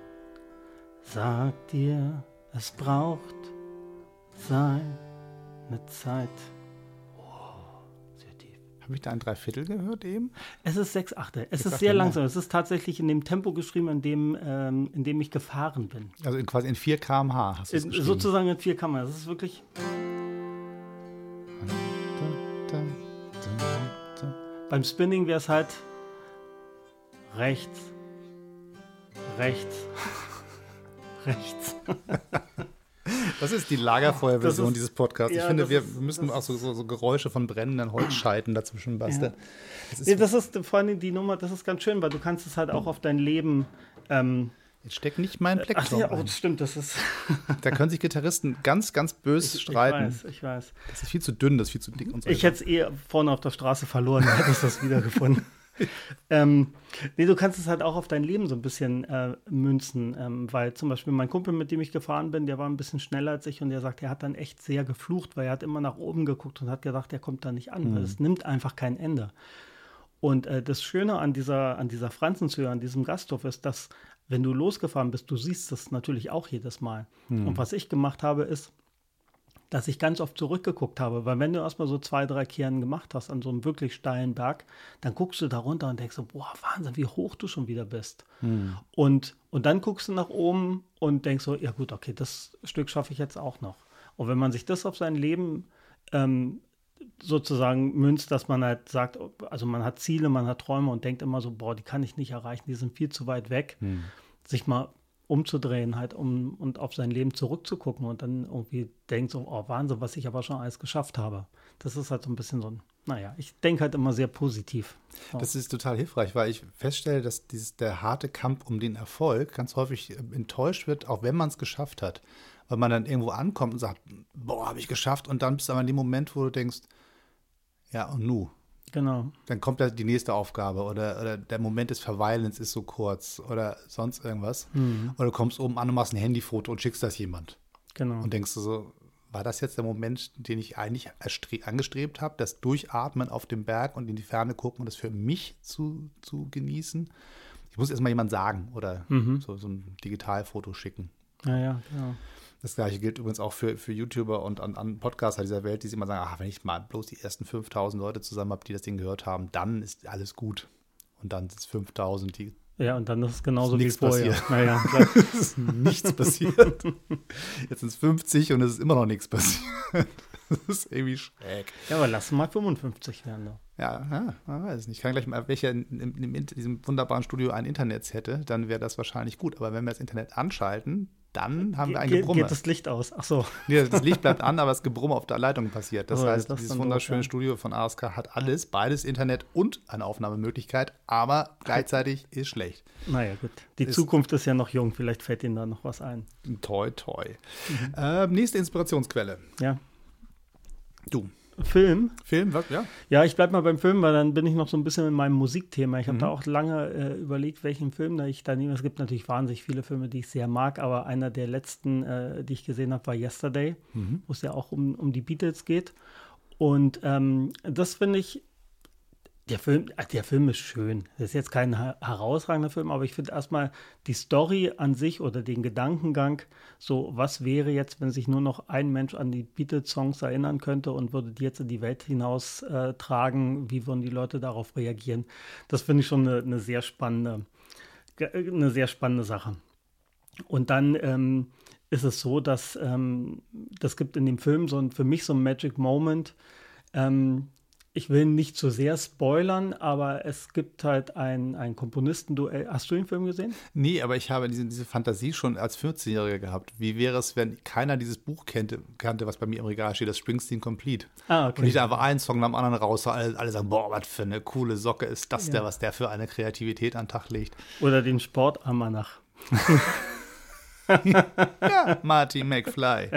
sag dir, es braucht seine Zeit. Oh, sehr tief. Habe ich da ein Dreiviertel gehört eben? Es ist 6/8. Es ist sehr langsam. Es ist tatsächlich in dem Tempo geschrieben, in dem ich gefahren bin. Also quasi in 4 km/h hast du es geschrieben. Sozusagen in 4 km/h. Das ist wirklich... Beim Spinning wäre es halt rechts. Das ist die Lagerfeuerversion dieses Podcasts. Ja, ich finde, wir müssen auch so Geräusche von brennenden Holzscheiten dazwischen basteln. Ja. Das ist vor allem die Nummer, das ist ganz schön, weil du kannst es halt auch auf dein Leben... Jetzt steckt nicht mein Plektrum ein. Das stimmt, das ist... Da können sich Gitarristen ganz, ganz böse streiten. Ich weiß. Das ist viel zu dünn, das ist viel zu dick und so. Ich hätte es vorne auf der Straße verloren, hättest das wiedergefunden. Nee, du kannst es halt auch auf dein Leben so ein bisschen münzen, weil zum Beispiel mein Kumpel, mit dem ich gefahren bin, der war ein bisschen schneller als ich und der sagt, er hat dann echt sehr geflucht, weil er hat immer nach oben geguckt und hat gedacht, er kommt da nicht an, weil es nimmt einfach kein Ende. Und das Schöne an dieser Franzenshöhe, an diesem Gasthof ist, dass, wenn du losgefahren bist, du siehst das natürlich auch jedes Mal. Und was ich gemacht habe, ist, dass ich ganz oft zurückgeguckt habe, weil wenn du erstmal so 2, 3 Kehren gemacht hast an so einem wirklich steilen Berg, dann guckst du da runter und denkst so, boah, Wahnsinn, wie hoch du schon wieder bist. Und dann guckst du nach oben und denkst so, ja gut, okay, das Stück schaffe ich jetzt auch noch. Und wenn man sich das auf sein Leben sozusagen münzt, dass man halt sagt, also man hat Ziele, man hat Träume und denkt immer so, boah, die kann ich nicht erreichen, die sind viel zu weit weg, sich mal umzudrehen halt und auf sein Leben zurückzugucken und dann irgendwie denkt so, oh Wahnsinn, was ich aber schon alles geschafft habe. Das ist halt so ein bisschen so ich denke halt immer sehr positiv. So. Das ist total hilfreich, weil ich feststelle, dass der harte Kampf um den Erfolg ganz häufig enttäuscht wird, auch wenn man es geschafft hat. Weil man dann irgendwo ankommt und sagt, boah, habe ich geschafft. Und dann bist du aber in dem Moment, wo du denkst, ja und nu. Genau. Dann kommt da die nächste Aufgabe oder der Moment des Verweilens ist so kurz oder sonst irgendwas. Oder du kommst oben an und machst ein Handyfoto und schickst das jemand. Genau. Und denkst du so, war das jetzt der Moment, den ich eigentlich angestrebt habe, das Durchatmen auf dem Berg und in die Ferne gucken und das für mich zu genießen? Ich muss erst mal jemand sagen oder so ein Digitalfoto schicken. Ja, genau. Das Gleiche gilt übrigens auch für YouTuber und an Podcaster dieser Welt, die immer sagen, wenn ich mal bloß die ersten 5.000 Leute zusammen habe, die das Ding gehört haben, dann ist alles gut. Und dann sind es 5.000, die Ja, und dann ist es genauso wie nichts vorher. passiert. Naja, klar. Es ist nichts passiert. Jetzt sind es 50 und es ist immer noch nichts passiert. Das ist irgendwie schräg. Ja, aber lass mal 55 werden. Doch. Ja, man weiß es nicht. Ich kann gleich mal, welcher in diesem wunderbaren Studio ein Internet hätte, dann wäre das wahrscheinlich gut. Aber wenn wir das Internet anschalten, dann haben wir ein Gebrumme. Geht das Licht aus? Ach so. Nee, das Licht bleibt an, aber das Gebrumme auf der Leitung passiert. Das heißt, das dieses dann wunderschöne doof, ja. Studio von ASK hat alles, beides Internet und eine Aufnahmemöglichkeit, aber gleichzeitig ist schlecht. Naja, gut. Die Zukunft ist ja noch jung, vielleicht fällt Ihnen da noch was ein. Toi, toi. Nächste Inspirationsquelle. Ja. Du. Film? Was? Ja. Ja, ich bleibe mal beim Film, weil dann bin ich noch so ein bisschen in meinem Musikthema. Ich habe da auch lange überlegt, welchen Film da ich da nehme. Es gibt natürlich wahnsinnig viele Filme, die ich sehr mag, aber einer der letzten, die ich gesehen habe, war Yesterday, wo es ja auch um die Beatles geht. Und das finde ich, der Film ist schön. Das ist jetzt kein herausragender Film, aber ich finde erstmal die Story an sich oder den Gedankengang, so was wäre jetzt, wenn sich nur noch ein Mensch an die Beatles-Songs erinnern könnte und würde die jetzt in die Welt hinaus tragen, wie würden die Leute darauf reagieren? Das finde ich schon eine sehr spannende Sache. Und dann ist es so, dass das gibt in dem Film für mich so ein Magic Moment. Ich will nicht zu sehr spoilern, aber es gibt halt ein Komponistenduell. Hast du den Film gesehen? Nee, aber ich habe diese Fantasie schon als 14-Jähriger gehabt. Wie wäre es, wenn keiner dieses Buch kannte, was bei mir im Regal steht, das Springsteen Complete. Okay. Und ich da einfach einen Song nach dem anderen raus, alle sagen, boah, was für eine coole Socke ist das der, was der für eine Kreativität an den Tag legt. Oder den Sportalmanach. Ja, Marty McFly.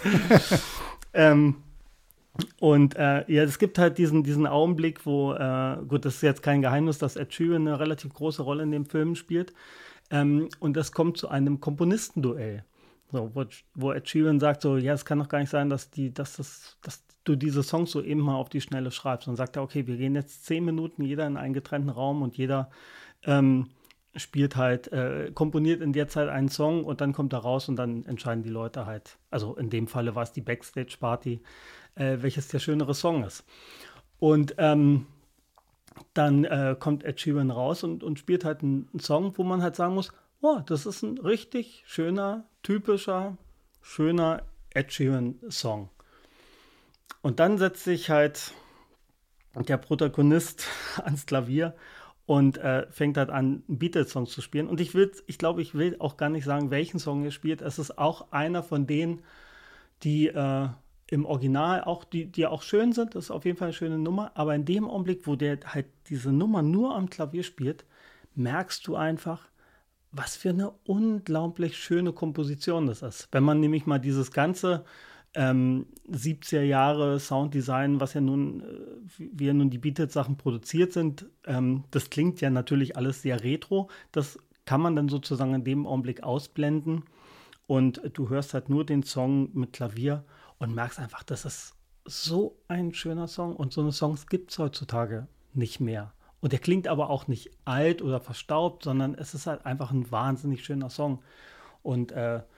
Und es gibt halt diesen Augenblick, wo, gut, das ist jetzt kein Geheimnis, dass Ed Sheeran eine relativ große Rolle in dem Film spielt. Und das kommt zu einem Komponistenduell. So, wo Ed Sheeran sagt so, ja, es kann doch gar nicht sein, dass du diese Songs so eben mal auf die Schnelle schreibst. Und dann sagt er, okay, wir gehen jetzt 10 Minuten jeder in einen getrennten Raum und jeder spielt halt, komponiert in der Zeit einen Song und dann kommt er raus und dann entscheiden die Leute halt, also in dem Falle war es die Backstage-Party, welches der schönere Song ist. Und dann kommt Ed Sheeran raus und spielt halt einen Song, wo man halt sagen muss, oh, das ist ein richtig schöner, typischer, schöner Ed Sheeran-Song. Und dann setzt sich halt der Protagonist ans Klavier und fängt halt an, Beatles-Songs zu spielen. Und ich glaube, ich will auch gar nicht sagen, welchen Song er spielt. Es ist auch einer von denen, die im Original auch, die auch schön sind. Das ist auf jeden Fall eine schöne Nummer. Aber in dem Augenblick, wo der halt diese Nummer nur am Klavier spielt, merkst du einfach, was für eine unglaublich schöne Komposition das ist. Wenn man nämlich mal dieses ganze 70er Jahre Sounddesign, was ja nun, wie ja nun die Beatles-Sachen produziert sind, das klingt ja natürlich alles sehr retro. Das kann man dann sozusagen in dem Augenblick ausblenden und du hörst halt nur den Song mit Klavier und merkst einfach, das ist so ein schöner Song und so eine Songs gibt es heutzutage nicht mehr. Und der klingt aber auch nicht alt oder verstaubt, sondern es ist halt einfach ein wahnsinnig schöner Song. Und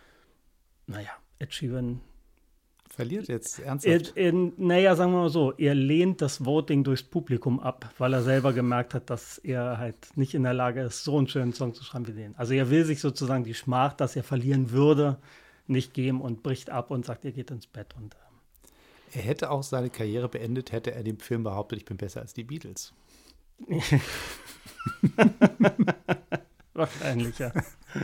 Ed Sheeran verliert jetzt ernsthaft? Sagen wir mal so, er lehnt das Voting durchs Publikum ab, weil er selber gemerkt hat, dass er halt nicht in der Lage ist, so einen schönen Song zu schreiben wie den. Also er will sich sozusagen die Schmach, dass er verlieren würde, nicht geben und bricht ab und sagt, er geht ins Bett. Und er hätte auch seine Karriere beendet, hätte er dem Film behauptet, ich bin besser als die Beatles. Wahrscheinlich, ja.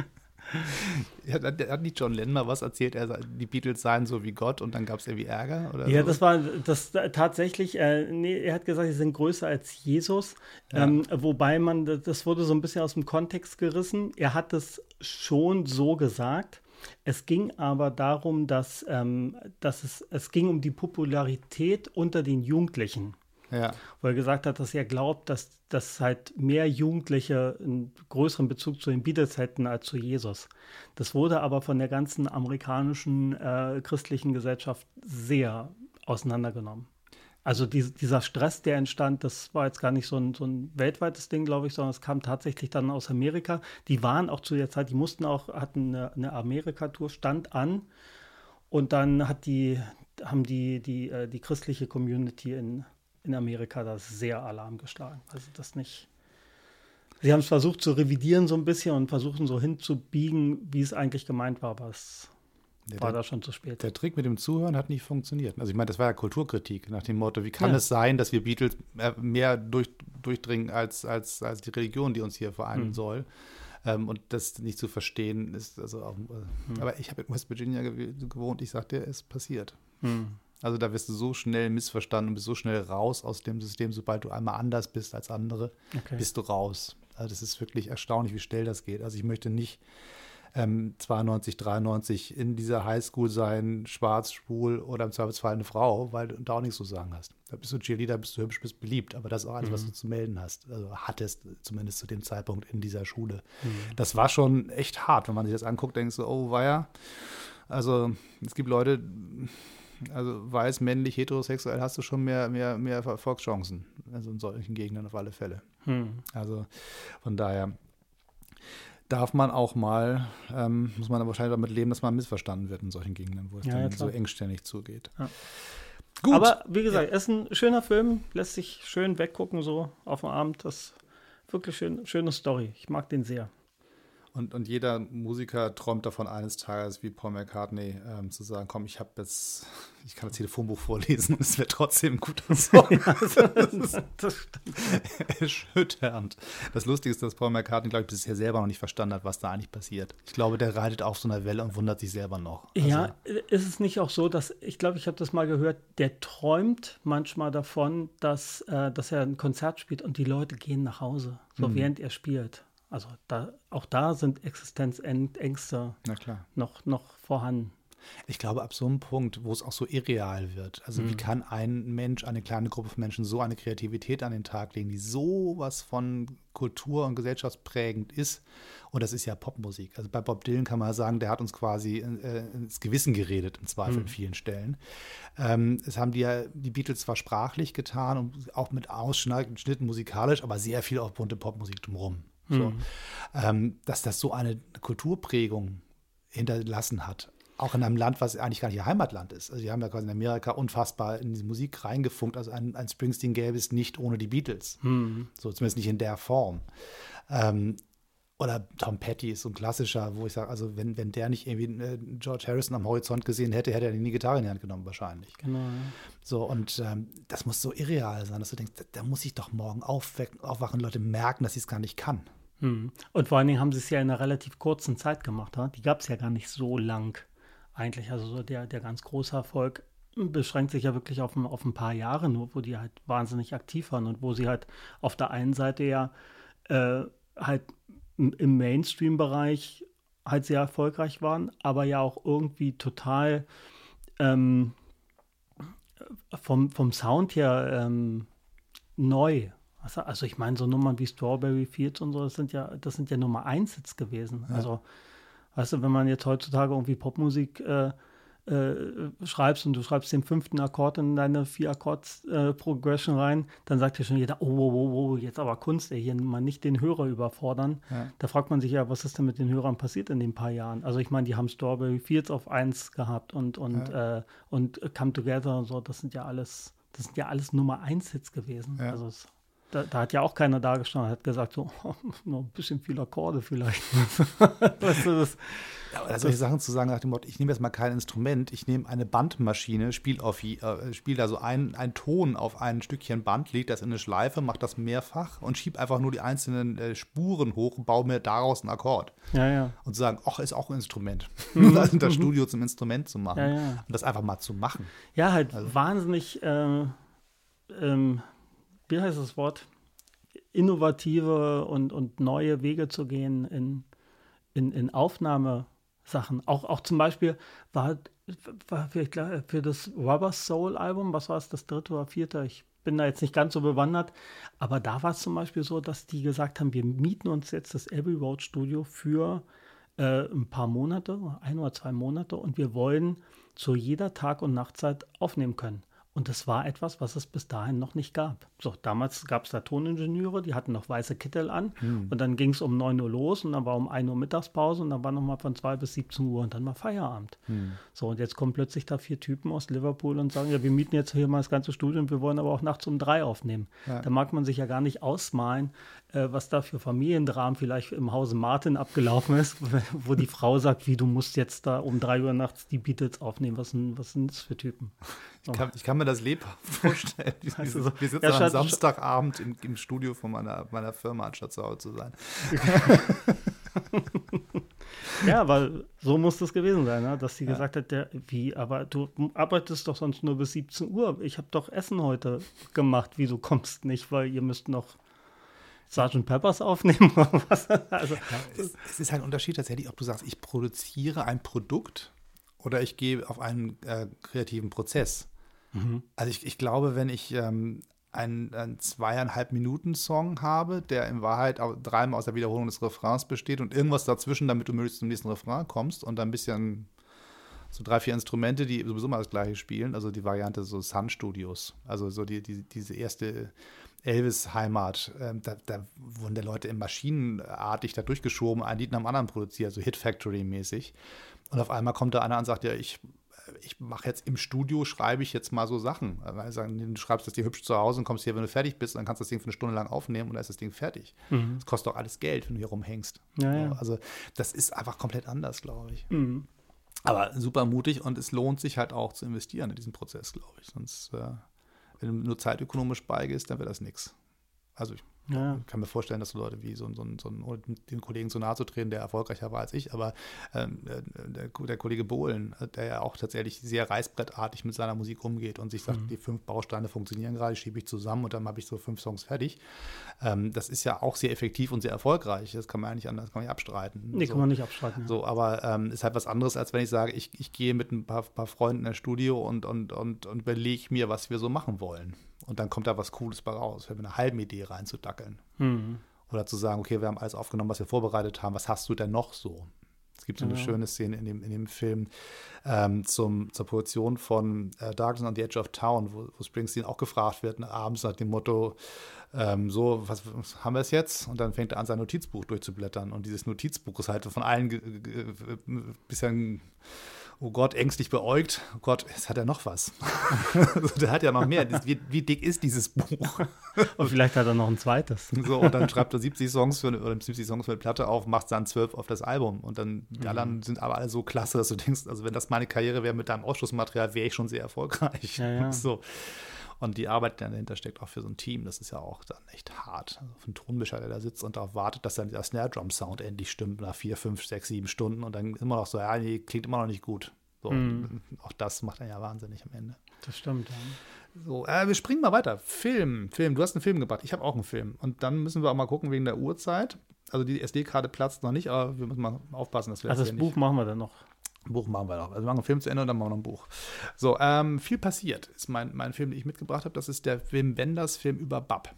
Hat nicht John Lennon mal was erzählt, die Beatles seien so wie Gott und dann gab es irgendwie Ärger? Oder ja, so? das war tatsächlich, er hat gesagt, sie sind größer als Jesus, ja. Wobei das wurde so ein bisschen aus dem Kontext gerissen. Er hat es schon so gesagt. Es ging aber darum, dass es ging um die Popularität unter den Jugendlichen. Ja. Wo er gesagt hat, dass er glaubt, dass halt mehr Jugendliche einen größeren Bezug zu den Beatles hätten als zu Jesus. Das wurde aber von der ganzen amerikanischen christlichen Gesellschaft sehr auseinandergenommen. Also dieser Stress, der entstand, das war jetzt gar nicht so ein weltweites Ding, glaube ich, sondern es kam tatsächlich dann aus Amerika. Die waren auch zu der Zeit, hatten eine Amerika-Tour, stand an. Und dann haben die christliche Community in Amerika das sehr Alarm geschlagen. Also das nicht. Sie haben es versucht zu revidieren so ein bisschen und versuchen so hinzubiegen, wie es eigentlich gemeint war, aber es war da schon zu spät. Der Trick mit dem Zuhören hat nicht funktioniert. Also ich meine, das war ja Kulturkritik nach dem Motto, wie kann es sein, dass wir Beatles mehr durchdringen als die Religion, die uns hier vereinen soll. Und das nicht zu verstehen ist also auch. Aber ich habe in West Virginia gewohnt, ich sagte, es passiert. Also da wirst du so schnell missverstanden und bist so schnell raus aus dem System, sobald du einmal anders bist als andere, bist du raus. Also das ist wirklich erstaunlich, wie schnell das geht. Also ich möchte nicht 92, 93 in dieser Highschool sein, schwarz, schwul oder im Zweifelsfall eine Frau, weil du da auch nichts zu sagen hast. Da bist du Cheerleader, bist du hübsch, bist beliebt, aber das ist auch alles, was du zu melden hast. Also hattest zumindest zu dem Zeitpunkt in dieser Schule. Das war schon echt hart, wenn man sich das anguckt, denkst du, oh weia. Also es gibt Leute, also weiß, männlich, heterosexuell hast du schon mehr Erfolgschancen. Also in solchen Gegenden auf alle Fälle. Also von daher darf man auch mal, muss man wahrscheinlich damit leben, dass man missverstanden wird in solchen Gegenden, wo es dann so engständig zugeht. Ja. Gut. Aber wie gesagt, ist ein schöner Film, lässt sich schön weggucken so auf dem Abend. Das ist wirklich schöne Story. Ich mag den sehr. Und jeder Musiker träumt davon, eines Tages wie Paul McCartney zu sagen, komm, ich kann das Telefonbuch vorlesen, es wird trotzdem ein guter Song. Das stimmt. Erschütternd. Das Lustige ist, dass Paul McCartney, glaube ich, bisher selber noch nicht verstanden hat, was da eigentlich passiert. Ich glaube, der reitet auf so einer Welle und wundert sich selber noch. Also, ja, ist es nicht auch so, dass, ich glaube, ich habe das mal gehört, der träumt manchmal davon, dass er ein Konzert spielt und die Leute gehen nach Hause, so während er spielt. Also auch da sind Existenzängste noch vorhanden. Ich glaube, ab so einem Punkt, wo es auch so irreal wird, also wie kann ein Mensch, eine kleine Gruppe von Menschen so eine Kreativität an den Tag legen, die sowas von kultur- und gesellschaftsprägend ist, und das ist ja Popmusik. Also bei Bob Dylan kann man sagen, der hat uns quasi ins Gewissen geredet, im Zweifel in vielen Stellen. Es haben die Beatles zwar sprachlich getan und auch mit Ausschnitten musikalisch, aber sehr viel auch bunte Popmusik drumherum. So, dass das so eine Kulturprägung hinterlassen hat. Auch in einem Land, was eigentlich gar nicht ihr Heimatland ist. Also die haben ja quasi in Amerika unfassbar in die Musik reingefunkt. Also ein Springsteen gäbe es nicht ohne die Beatles. So zumindest nicht in der Form. Oder Tom Petty ist so ein klassischer, wo ich sage, also wenn der nicht irgendwie George Harrison am Horizont gesehen hätte, hätte er nie Gitarre in die Hand genommen wahrscheinlich. Genau. Ja. So, und das muss so irreal sein, dass du denkst, da muss ich doch morgen aufwachen und Leute merken, dass ich es gar nicht kann. Und vor allen Dingen haben sie es ja in einer relativ kurzen Zeit gemacht. Die gab es ja gar nicht so lang eigentlich. Also so der ganz große Erfolg beschränkt sich ja wirklich auf ein paar Jahre nur, wo die halt wahnsinnig aktiv waren und wo sie halt auf der einen Seite ja halt im Mainstream-Bereich halt sehr erfolgreich waren, aber ja auch irgendwie total vom Sound her neu. Also ich meine, so Nummern wie Strawberry Fields und so, das sind ja Nummer 1 Hits gewesen. Ja. Also, weißt du, wenn man jetzt heutzutage irgendwie Popmusik schreibst und du schreibst den 5. Akkord in deine 4-Akkords-Progression rein, dann sagt ja schon jeder, oh, jetzt aber Kunst, hier mal nicht den Hörer überfordern. Ja. Da fragt man sich ja, was ist denn mit den Hörern passiert in den paar Jahren? Also ich meine, die haben Strawberry Fields auf 1 gehabt und Come Together und so, das sind ja alles Nummer 1 Hits gewesen. Ja. Also da hat ja auch keiner da gestanden, hat gesagt, so, noch ein bisschen viel Akkorde vielleicht. Weißt du, solche Sachen zu sagen nach dem Motto, ich nehme jetzt mal kein Instrument, ich nehme eine Bandmaschine, spiele da so einen Ton auf ein Stückchen Band, lege das in eine Schleife, mache das mehrfach und schiebe einfach nur die einzelnen Spuren hoch und baue mir daraus einen Akkord. Ja. Und zu sagen, ach, ist auch ein Instrument. Das Studio zum Instrument zu machen. Ja. Und das einfach mal zu machen. Ja, halt wahnsinnig wie heißt das Wort? Innovative und neue Wege zu gehen in Aufnahmesachen. Auch zum Beispiel war für das Rubber Soul Album, was war es, das 3. oder 4.? Ich bin da jetzt nicht ganz so bewandert, aber da war es zum Beispiel so, dass die gesagt haben, wir mieten uns jetzt das Abbey Road Studio für ein paar Monate, 1 oder 2 Monate, und wir wollen zu jeder Tag- und Nachtzeit aufnehmen können. Und das war etwas, was es bis dahin noch nicht gab. So, damals gab es da Toningenieure, die hatten noch weiße Kittel an. Und dann ging es um 9 Uhr los und dann war um 1 Uhr Mittagspause und dann war nochmal von 2 bis 17 Uhr und dann war Feierabend. So, und jetzt kommen plötzlich da 4 Typen aus Liverpool und sagen, ja, wir mieten jetzt hier mal das ganze Studio und wir wollen aber auch nachts um 3 aufnehmen. Ja. Da mag man sich ja gar nicht ausmalen, was da für Familiendramen vielleicht im Hause Martin abgelaufen ist, wo die Frau sagt, wie, du musst jetzt da um 3 Uhr nachts die Beatles aufnehmen. Was sind das für Typen? So. Ich kann mir das lebhaft vorstellen. Also, wir sitzen am Samstagabend im Studio von meiner Firma, anstatt zu Hause zu sein. Ja, weil so muss das gewesen sein, ne? Dass sie gesagt hat, aber du arbeitest doch sonst nur bis 17 Uhr. Ich habe doch Essen heute gemacht. Wieso kommst nicht, weil ihr müsst noch Sgt. Peppers aufnehmen oder was? Also, es ist halt ein Unterschied tatsächlich, ob du sagst, ich produziere ein Produkt oder ich gehe auf einen kreativen Prozess. Also ich glaube, wenn ich einen 2,5-Minuten-Song habe, der in Wahrheit auch 3-mal aus der Wiederholung des Refrains besteht und irgendwas dazwischen, damit du möglichst zum nächsten Refrain kommst und dann ein bisschen so 3, 4 Instrumente, die sowieso mal das Gleiche spielen, also die Variante so Sun Studios, also so diese erste Elvis-Heimat, da wurden der Leute maschinenartig da durchgeschoben, ein Lied nach dem anderen produziert, so Hit Factory-mäßig. Und auf einmal kommt da einer und sagt, ja, ich mache jetzt im Studio, schreibe ich jetzt mal so Sachen. Weil sagen, du schreibst das Ding hübsch zu Hause und kommst hier, wenn du fertig bist, dann kannst du das Ding für 1 Stunde lang aufnehmen und dann ist das Ding fertig. Das kostet auch alles Geld, wenn du hier rumhängst. Ja. Also das ist einfach komplett anders, glaube ich. Aber super mutig und es lohnt sich halt auch zu investieren in diesen Prozess, glaube ich. Sonst, wenn du nur zeitökonomisch beigehst, dann wäre das nichts. Also ich kann mir vorstellen, dass so Leute wie so den Kollegen so nahe zu treten, der erfolgreicher war als ich, aber der Kollege Bohlen, der ja auch tatsächlich sehr reißbrettartig mit seiner Musik umgeht und sich sagt, die 5 Bausteine funktionieren gerade, schiebe ich zusammen und dann habe ich so 5 Songs fertig. Das ist ja auch sehr effektiv und sehr erfolgreich. Das kann man ja nicht anders, kann man nicht abstreiten. Nee, kann man nicht abstreiten. Ja. So, aber ist halt was anderes, als wenn ich sage, ich gehe mit ein paar Freunden ins Studio und überlege mir, was wir so machen wollen. Und dann kommt da was Cooles bei raus, wenn wir eine halbe Idee reinzudackeln. Oder zu sagen, okay, wir haben alles aufgenommen, was wir vorbereitet haben, was hast du denn noch so? Es gibt so eine schöne Szene in dem Film zur Produktion von Darkness on the Edge of Town, wo Springsteen auch gefragt wird, abends nach dem Motto, so, was haben wir es jetzt? Und dann fängt er an, sein Notizbuch durchzublättern. Und dieses Notizbuch ist halt von allen bisschen, oh Gott, ängstlich beäugt. Oh Gott, jetzt hat er noch was. Also, der hat ja noch mehr. Wie dick ist dieses Buch? Und vielleicht hat er noch ein zweites. So, und dann schreibt er 70 Songs für eine Platte auf, macht dann 12 auf das Album. Und dann, die anderen sind aber alle so klasse, dass du denkst, also wenn das meine Karriere wäre mit deinem Ausschussmaterial, wäre ich schon sehr erfolgreich. Ja. So. Und die Arbeit, die dahinter steckt, auch für so ein Team, das ist ja auch dann echt hart. Also für einen Tonmischer, der da sitzt und darauf wartet, dass dann der Snare-Drum-Sound endlich stimmt nach 4, 5, 6, 7 Stunden und dann immer noch so, ja, nee, klingt immer noch nicht gut. So, auch das macht einen ja wahnsinnig am Ende. Das stimmt, ja. So, wir springen mal weiter. Film. Du hast einen Film gebracht. Ich habe auch einen Film. Und dann müssen wir auch mal gucken wegen der Uhrzeit. Also die SD-Karte platzt noch nicht, aber wir müssen mal aufpassen, dass wir also das Buch machen wir dann noch. Buch machen wir noch. Also wir machen einen Film zu Ende und dann machen wir noch ein Buch. So, viel passiert ist mein Film, den ich mitgebracht habe. Das ist der Wim Wenders Film über Bab.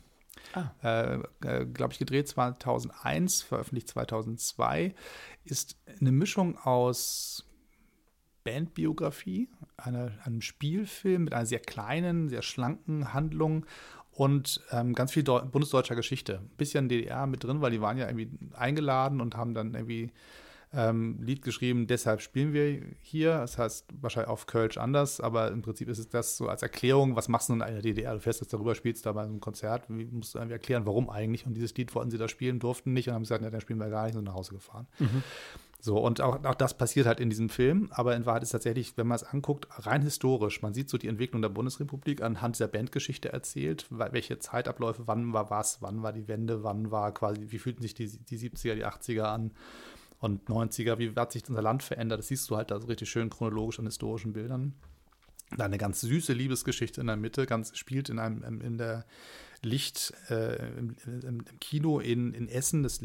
Glaube ich, gedreht 2001, veröffentlicht 2002. Ist eine Mischung aus Bandbiografie, einem Spielfilm mit einer sehr kleinen, sehr schlanken Handlung und ganz viel bundesdeutscher Geschichte. Ein bisschen DDR mit drin, weil die waren ja irgendwie eingeladen und haben dann irgendwie Lied geschrieben, deshalb spielen wir hier. Das heißt wahrscheinlich auf Kölsch anders, aber im Prinzip ist es das so als Erklärung, was machst du in einer DDR? Du fährst jetzt darüber, spielst da bei so einem Konzert, wie musst du irgendwie erklären, warum eigentlich? Und dieses Lied wollten sie da spielen, durften nicht und haben gesagt, ja, dann spielen wir gar nicht und nach Hause gefahren. So, und auch das passiert halt in diesem Film, aber in Wahrheit ist tatsächlich, wenn man es anguckt, rein historisch. Man sieht so die Entwicklung der Bundesrepublik anhand dieser Bandgeschichte erzählt, welche Zeitabläufe, wann war was, wann war die Wende, wann war quasi, wie fühlten sich die 70er, die 80er an und 90er, wie hat sich unser Land verändert, das siehst du halt da so richtig schön chronologisch an historischen Bildern. Da eine ganz süße Liebesgeschichte in der Mitte, spielt in der Licht, im Kino in Essen, das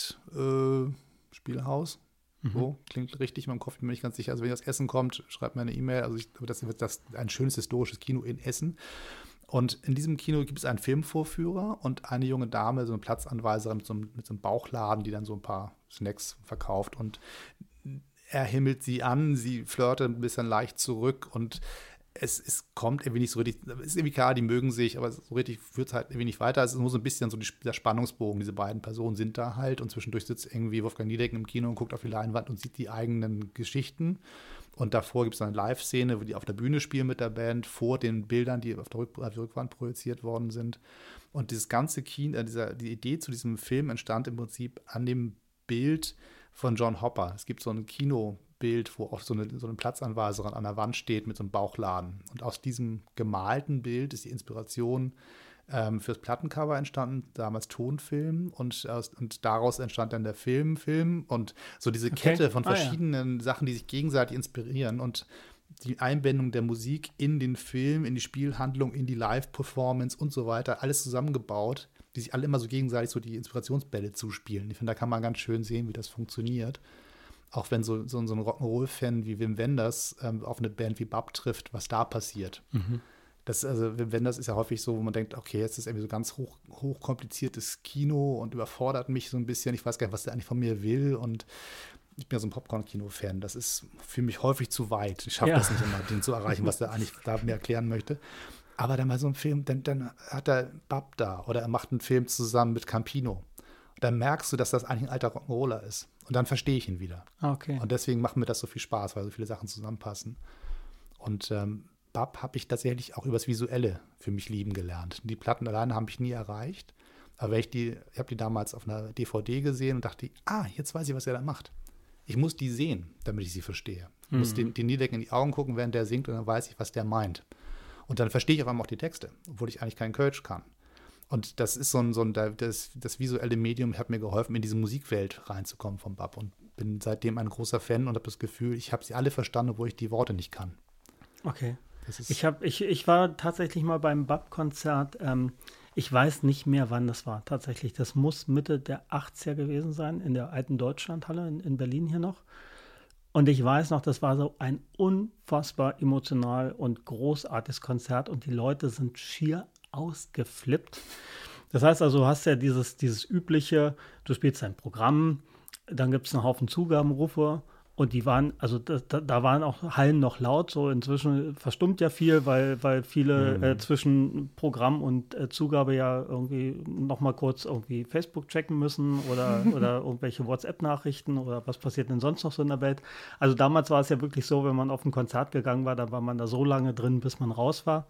Licht-Spielhaus. So, klingt richtig in meinem Kopf, bin mir nicht ganz sicher. Also wenn das Essen kommt, schreibt mir eine E-Mail. Also das wird ein schönes historisches Kino in Essen. Und in diesem Kino gibt es einen Filmvorführer und eine junge Dame, so eine Platzanweiserin mit so einem Bauchladen, die dann so ein paar Snacks verkauft. Und er himmelt sie an, sie flirtet ein bisschen leicht zurück und es kommt irgendwie nicht so richtig, ist irgendwie klar, die mögen sich, aber so richtig führt es halt irgendwie nicht weiter. Es ist nur so ein bisschen so der Spannungsbogen. Diese beiden Personen sind da halt und zwischendurch sitzt irgendwie Wolfgang Niedecken im Kino und guckt auf die Leinwand und sieht die eigenen Geschichten. Und davor gibt es eine Live-Szene, wo die auf der Bühne spielen mit der Band, vor den Bildern, die auf der Rückwand projiziert worden sind. Und dieses ganze Kino, die Idee zu diesem Film entstand im Prinzip an dem Bild von John Hopper. Es gibt so ein Kinobild, wo auch so eine Platzanweiserin an der Wand steht mit so einem Bauchladen. Und aus diesem gemalten Bild ist die Inspiration fürs Plattencover entstanden, damals Tonfilm. Und daraus entstand dann der Film. Und so diese Kette von verschiedenen Sachen, die sich gegenseitig inspirieren. Und die Einbindung der Musik in den Film, in die Spielhandlung, in die Live-Performance und so weiter, alles zusammengebaut, die sich alle immer so gegenseitig so die Inspirationsbälle zuspielen. Ich finde, da kann man ganz schön sehen, wie das funktioniert. Auch wenn so ein Rock'n'Roll-Fan wie Wim Wenders auf eine Band wie Bab trifft, was da passiert. Mhm. Wim Wenders ist ja häufig so, wo man denkt, okay, jetzt ist irgendwie so ganz hochkompliziertes Kino und überfordert mich so ein bisschen. Ich weiß gar nicht, was der eigentlich von mir will und ich bin ja so ein Popcorn-Kino-Fan. Das ist für mich häufig zu weit. Ich schaffe das nicht immer, den zu erreichen, was der eigentlich da mir erklären möchte. Aber dann mal so ein Film, dann hat er Bab da oder er macht einen Film zusammen mit Campino. Dann merkst du, dass das eigentlich ein alter Rock'n'Roller ist. Und dann verstehe ich ihn wieder. Okay. Und deswegen macht mir das so viel Spaß, weil so viele Sachen zusammenpassen. Und Bab habe ich tatsächlich auch übers Visuelle für mich lieben gelernt. Die Platten alleine habe ich nie erreicht. Aber ich habe die damals auf einer DVD gesehen und dachte, jetzt weiß ich, was er da macht. Ich muss die sehen, damit ich sie verstehe. Ich muss den Niedecken in die Augen gucken, während der singt und dann weiß ich, was der meint. Und dann verstehe ich auf einmal auch die Texte, obwohl ich eigentlich kein Kölsch kann. Und das ist das visuelle Medium hat mir geholfen, in diese Musikwelt reinzukommen vom Bab und bin seitdem ein großer Fan und habe das Gefühl, ich habe sie alle verstanden, obwohl ich die Worte nicht kann. Okay. Ich war tatsächlich mal beim Bab-Konzert. Ich weiß nicht mehr, wann das war. Tatsächlich, das muss Mitte der 80er gewesen sein, in der alten Deutschlandhalle in Berlin hier noch. Und ich weiß noch, das war so ein unfassbar emotional und großartiges Konzert und die Leute sind schier ausgeflippt. Das heißt also, du hast ja dieses übliche, du spielst dein Programm, dann gibt es einen Haufen Zugabenrufe und die waren, also da waren auch Hallen noch laut, so inzwischen verstummt ja viel, weil viele zwischen Programm und Zugabe ja irgendwie nochmal kurz irgendwie Facebook checken müssen oder irgendwelche WhatsApp-Nachrichten oder was passiert denn sonst noch so in der Welt. Also damals war es ja wirklich so, wenn man auf ein Konzert gegangen war, dann war man da so lange drin, bis man raus war.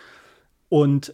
Und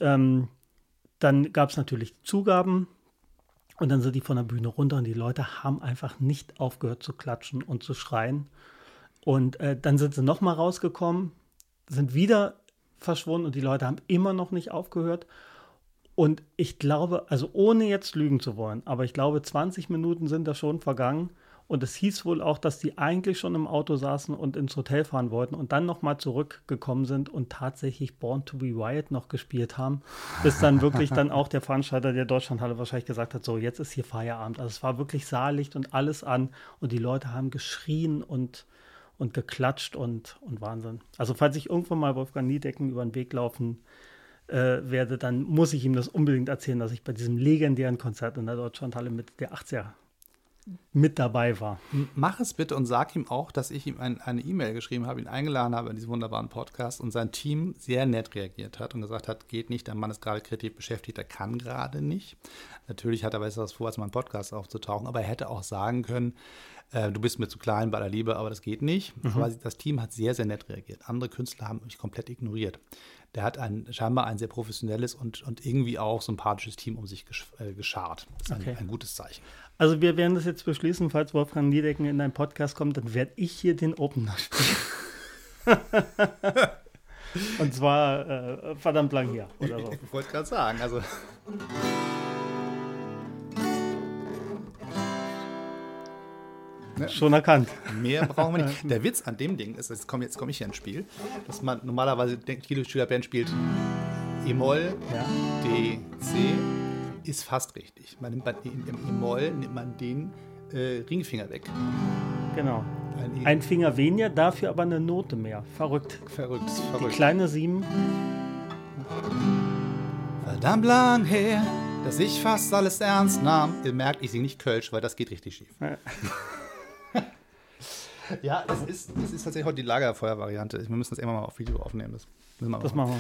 dann gab es natürlich Zugaben und dann sind die von der Bühne runter und die Leute haben einfach nicht aufgehört zu klatschen und zu schreien. Und dann sind sie nochmal rausgekommen, sind wieder verschwunden und die Leute haben immer noch nicht aufgehört. Und ich glaube, also ohne jetzt lügen zu wollen, aber ich glaube, 20 Minuten sind da schon vergangen. Und es hieß wohl auch, dass die eigentlich schon im Auto saßen und ins Hotel fahren wollten und dann nochmal zurückgekommen sind und tatsächlich Born to be Wild noch gespielt haben, bis dann wirklich dann auch der Veranstalter der Deutschlandhalle wahrscheinlich gesagt hat, so jetzt ist hier Feierabend. Also es war wirklich Saallicht und alles an und die Leute haben geschrien und geklatscht und Wahnsinn. Also falls ich irgendwann mal Wolfgang Niedecken über den Weg laufen werde, dann muss ich ihm das unbedingt erzählen, dass ich bei diesem legendären Konzert in der Deutschlandhalle mit der 80er mit dabei war. Mach es bitte und sag ihm auch, dass ich ihm eine E-Mail geschrieben habe, ihn eingeladen habe in diesen wunderbaren Podcast und sein Team sehr nett reagiert hat und gesagt hat, geht nicht, der Mann ist gerade kreativ beschäftigt, der kann gerade nicht. Natürlich hat er was vor, als mal einen Podcast aufzutauchen, aber er hätte auch sagen können, du bist mir zu klein bei der Liebe, aber das geht nicht. Aber das Team hat sehr, sehr nett reagiert. Andere Künstler haben mich komplett ignoriert. Der hat scheinbar ein sehr professionelles und irgendwie auch sympathisches Team um sich geschart. Das ist ein gutes Zeichen. Also wir werden das jetzt beschließen, falls Wolfgang Niedecken in deinen Podcast kommt, dann werde ich hier den Opener spielen. Und zwar verdammt lang hier. Oder so. Ich wollte gerade sagen, also... Ne? Schon erkannt. Mehr brauchen wir nicht. Der Witz an dem Ding ist, jetzt komme ich hier ins Spiel, dass man normalerweise denkt, jede Schülerband spielt E-Moll, D, C, ist fast richtig. Im E-Moll nimmt man den Ringfinger weg. Genau. Ein Finger weniger, dafür aber eine Note mehr. Verrückt. Die kleine 7. Verdammt lang her, dass ich fast alles ernst nahm. Ihr merkt, ich singe nicht Kölsch, weil das geht richtig schief. Ja, es ist tatsächlich heute die Lagerfeuer-Variante. Wir müssen das immer mal auf Video aufnehmen. Das machen wir.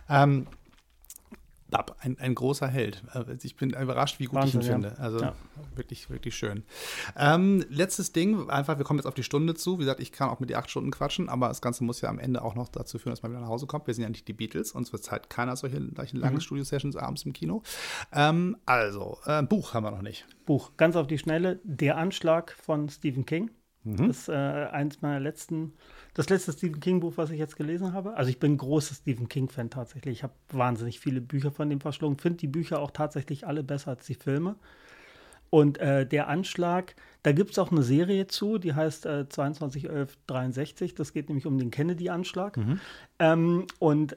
Ein großer Held. Ich bin überrascht, wie gut Wahnsinn, ich ihn finde. Also wirklich, wirklich schön. Letztes Ding, einfach, wir kommen jetzt auf die Stunde zu. Wie gesagt, ich kann auch mit dir 8 Stunden quatschen, aber das Ganze muss ja am Ende auch noch dazu führen, dass man wieder nach Hause kommt. Wir sind ja nicht die Beatles, uns wird halt keiner solche langen Studio-Sessions abends im Kino. Buch haben wir noch nicht. Buch, ganz auf die Schnelle. Der Anschlag von Stephen King. Das ist eins meiner das letzte Stephen King-Buch, was ich jetzt gelesen habe. Also ich bin ein großer Stephen King-Fan tatsächlich. Ich habe wahnsinnig viele Bücher von dem verschlungen. Finde die Bücher auch tatsächlich alle besser als die Filme. Und der Anschlag, da gibt es auch eine Serie zu, die heißt 22/11/63. Das geht nämlich um den Kennedy-Anschlag. In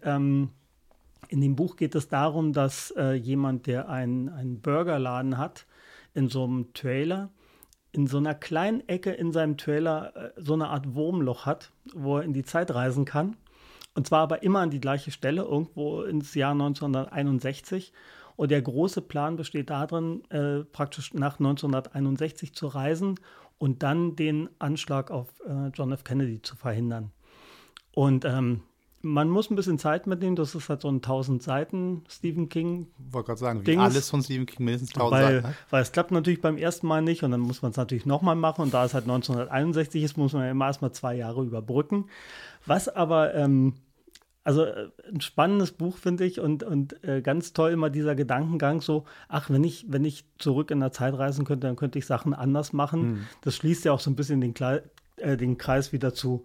dem Buch geht es darum, dass jemand, der einen Burgerladen hat, in so einem Trailer, in so einer kleinen Ecke in seinem Trailer so eine Art Wurmloch hat, wo er in die Zeit reisen kann. Und zwar aber immer an die gleiche Stelle, irgendwo ins Jahr 1961. Und der große Plan besteht darin, praktisch nach 1961 zu reisen und dann den Anschlag auf John F. Kennedy zu verhindern. Und man muss ein bisschen Zeit mitnehmen, das ist halt so ein 1000 Seiten Stephen King. Ich wollte gerade sagen, wie alles von Stephen King mindestens 1000 Seiten. Weil es klappt natürlich beim ersten Mal nicht und dann muss man es natürlich nochmal machen und da es halt 1961 ist, muss man ja immer erstmal 2 Jahre überbrücken. Was aber, also ein spannendes Buch finde ich und ganz toll immer dieser Gedankengang so, ach, wenn ich zurück in der Zeit reisen könnte, dann könnte ich Sachen anders machen. Das schließt ja auch so ein bisschen den Kreis wieder zu,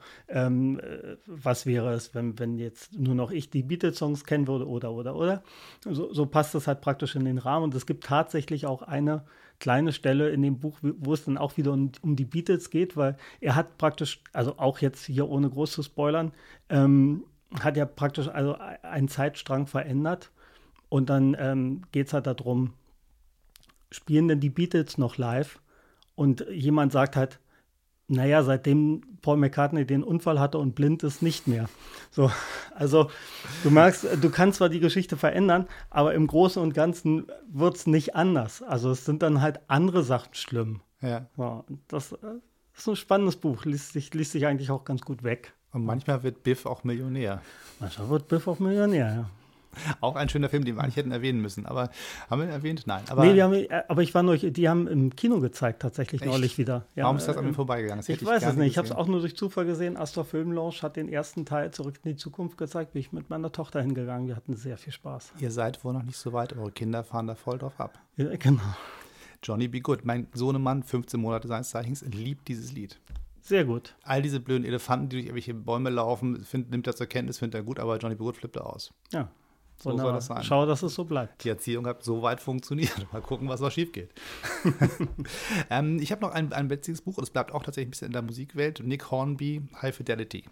was wäre es, wenn jetzt nur noch ich die Beatles-Songs kennen würde oder. So passt das halt praktisch in den Rahmen. Und es gibt tatsächlich auch eine kleine Stelle in dem Buch, wo es dann auch wieder um die Beatles geht, weil er hat praktisch, also auch jetzt hier ohne groß zu spoilern, hat er praktisch also einen Zeitstrang verändert. Und dann geht es halt darum, spielen denn die Beatles noch live? Und jemand sagt halt, naja, seitdem Paul McCartney den Unfall hatte und blind ist, nicht mehr. So, also du merkst, du kannst zwar die Geschichte verändern, aber im Großen und Ganzen wird es nicht anders. Also es sind dann halt andere Sachen schlimm. Ja. So, das ist ein spannendes Buch, liest sich eigentlich auch ganz gut weg. Und manchmal wird Biff auch Millionär. Manchmal wird Biff auch Millionär, ja. Auch ein schöner Film, den wir eigentlich hätten erwähnen müssen. Aber haben wir ihn erwähnt? Nein. Aber ich war die haben im Kino gezeigt, tatsächlich echt? Neulich wieder. Ja, warum ist das an mir vorbeigegangen? Ich weiß es nicht. Ich habe es auch nur durch Zufall gesehen. Astor Film Lounge hat den ersten Teil Zurück in die Zukunft gezeigt. Bin ich mit meiner Tochter hingegangen. Wir hatten sehr viel Spaß. Ihr seid wohl noch nicht so weit. Eure Kinder fahren da voll drauf ab. Ja, genau. Johnny Be Good. Mein Sohnemann, 15 Monate seines Zeichens, liebt dieses Lied. Sehr gut. All diese blöden Elefanten, die durch irgendwelche Bäume laufen, nimmt er zur Kenntnis, findet er gut, aber Johnny Be Good flippt er aus. Ja. So soll das sein. Schau, dass es so bleibt. Die Erziehung hat so weit funktioniert. Mal gucken, was noch schief geht. Ich habe noch ein witziges Buch, und es bleibt auch tatsächlich ein bisschen in der Musikwelt. Nick Hornby, High Fidelity.